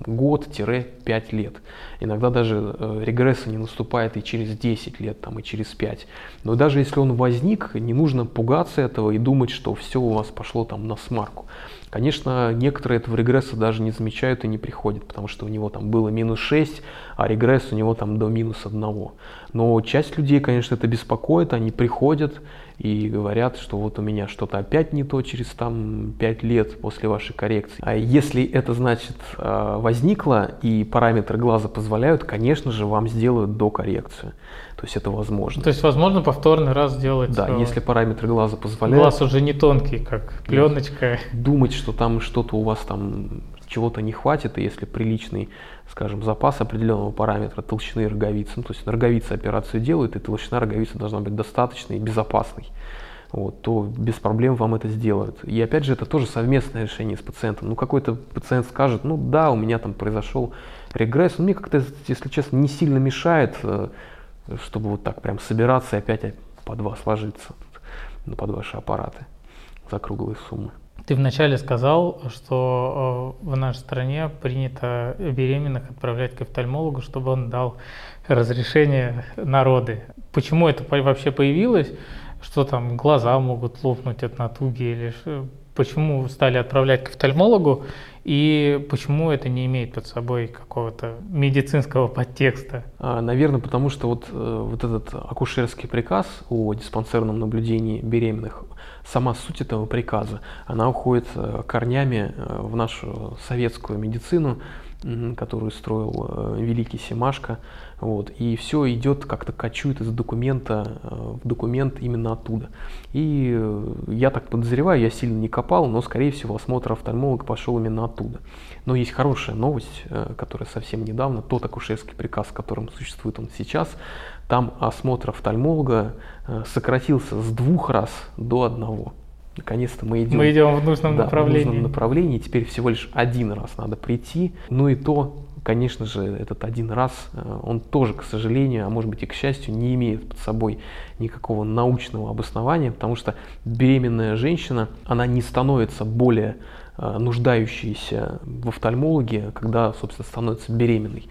Speaker 3: год-5 лет. Иногда даже регресса не наступает и через 10 лет, и через 5. Но даже если он возник, не нужно пугаться этого и думать, что все у вас пошло на смарку. Конечно, некоторые этого регресса даже не замечают и не приходят, потому что у него было -6, а регресс у него до -1. Но часть людей, конечно, это беспокоит, они приходят и говорят, что вот у меня что-то опять не то через 5 лет после вашей коррекции. А если это значит возникло и параметры глаза позволяют, конечно же, вам сделают докоррекцию. То есть это возможно.
Speaker 2: То есть возможно повторный раз сделать?
Speaker 3: Да, если параметры глаза позволяют.
Speaker 2: Глаз уже не тонкий, как пленочка.
Speaker 3: Думать, что там что-то у вас чего-то не хватит, и если приличный, скажем, запас определенного параметра толщины роговицы, то есть на роговице операцию делают, и толщина роговицы должна быть достаточной и безопасной, то без проблем вам это сделают. И опять же, это тоже совместное решение с пациентом. Какой-то пациент скажет, да, у меня произошел регресс, мне как-то, если честно, не сильно мешает, чтобы вот так прям собираться и опять под вас ложиться, под ваши аппараты за круглые суммы.
Speaker 2: Ты вначале сказал, что в нашей стране принято беременных отправлять к офтальмологу, чтобы он дал разрешение на роды. Почему это вообще появилось? Что глаза могут лопнуть от натуги? Или почему стали отправлять к офтальмологу? И почему это не имеет под собой какого-то медицинского подтекста?
Speaker 3: Наверное, потому что вот этот акушерский приказ о диспансерном наблюдении беременных, сама суть этого приказа, она уходит корнями в нашу советскую медицину, которую строил великий Семашко. И все идет, как-то кочует из документа в документ именно оттуда. И я так подозреваю, я сильно не копал, но, скорее всего, осмотр офтальмолога пошел именно оттуда. Но есть хорошая новость, которая совсем недавно, тот акушерский приказ, которым существует он сейчас, там осмотр офтальмолога сократился с 2 раз до 1. Наконец-то мы идем
Speaker 2: в нужном направлении.
Speaker 3: В нужном направлении. Теперь всего лишь 1 раз надо прийти. И то, конечно же, этот 1 раз, он тоже, к сожалению, а может быть и к счастью, не имеет под собой никакого научного обоснования, потому что беременная женщина, она не становится более нуждающейся в офтальмологе, когда, собственно, становится беременной.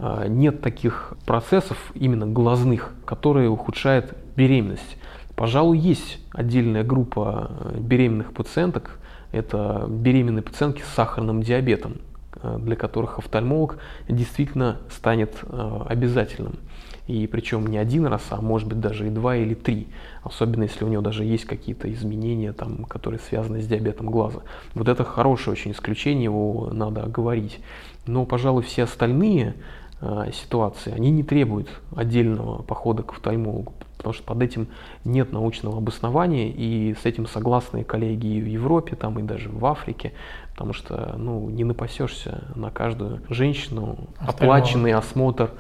Speaker 3: Нет таких процессов, именно глазных, которые ухудшают беременность. Пожалуй, есть отдельная группа беременных пациенток, это беременные пациентки с сахарным диабетом, для которых офтальмолог действительно станет обязательным. И причем не 1 раз, а может быть даже и 2 или 3, особенно если у него даже есть какие-то изменения, которые связаны с диабетом глаза. Вот это хорошее очень исключение, его надо оговорить. Но, пожалуй, все остальные ситуации, они не требуют отдельного похода к офтальмологу, потому что под этим нет научного обоснования, и с этим согласны коллеги и в Европе, и даже в Африке, потому что не напасешься на каждую женщину оплаченный осмотр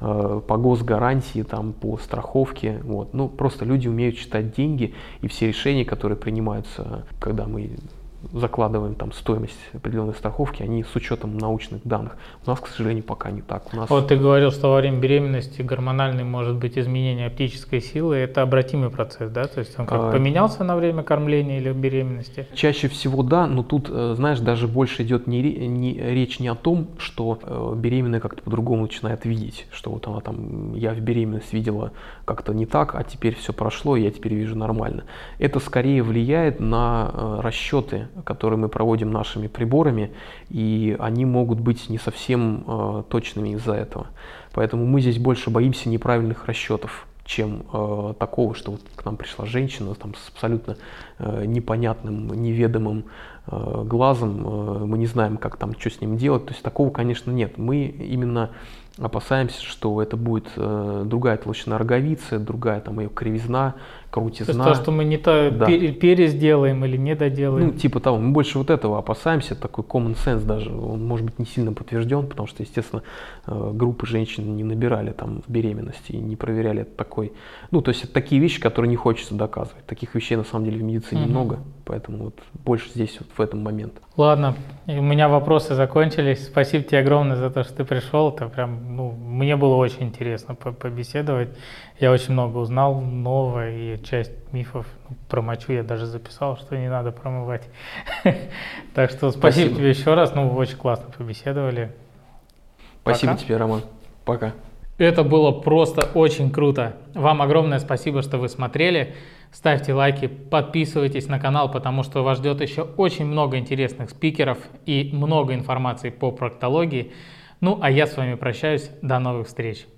Speaker 3: по госгарантии, по страховке. Просто люди умеют считать деньги, и все решения, которые принимаются, когда мы закладываем стоимость определенной страховки, они с учетом научных данных. У нас, к сожалению, пока не так.
Speaker 2: Ты говорил, что во время беременности гормональный может быть изменение оптической силы. Это обратимый процесс, да? То есть он поменялся на время кормления или беременности?
Speaker 3: Чаще всего да, но тут, знаешь, даже больше идет речь не о том, что беременная как-то по-другому начинает видеть, что она я в беременность видела как-то не так, а теперь все прошло, и я теперь вижу нормально. Это скорее влияет на расчеты, которые мы проводим нашими приборами, и они могут быть не совсем точными из-за этого. Поэтому мы здесь больше боимся неправильных расчетов, чем такого, что к нам пришла женщина с абсолютно непонятным, неведомым глазом, мы не знаем, как там, что с ним делать. То есть такого, конечно, нет. Мы именно опасаемся, что это будет другая толщина роговицы, другая там ее кривизна, крутизна.
Speaker 2: То есть то, что мы не то пересделаем или не доделаем.
Speaker 3: Ну, типа того. Мы больше вот этого опасаемся, такой common sense даже. Он может быть не сильно подтвержден, потому что, естественно, группы женщин не набирали там в беременности и не проверяли такой. Ну, то есть это такие вещи, которые не хочется доказывать. Таких вещей на самом деле в медицине много, поэтому вот больше здесь вот в этом момент.
Speaker 2: Ладно, у меня вопросы закончились. Спасибо тебе огромное за то, что ты пришел. Это прям, мне было очень интересно побеседовать. Я очень много узнал нового, и часть мифов про мочу я даже записал, что не надо промывать. Так что спасибо тебе еще раз. Очень классно побеседовали.
Speaker 3: Спасибо тебе, Роман. Пока.
Speaker 2: Это было просто очень круто. Вам огромное спасибо, что вы смотрели. Ставьте лайки, подписывайтесь на канал, потому что вас ждет еще очень много интересных спикеров и много информации по проктологии. А я с вами прощаюсь. До новых встреч.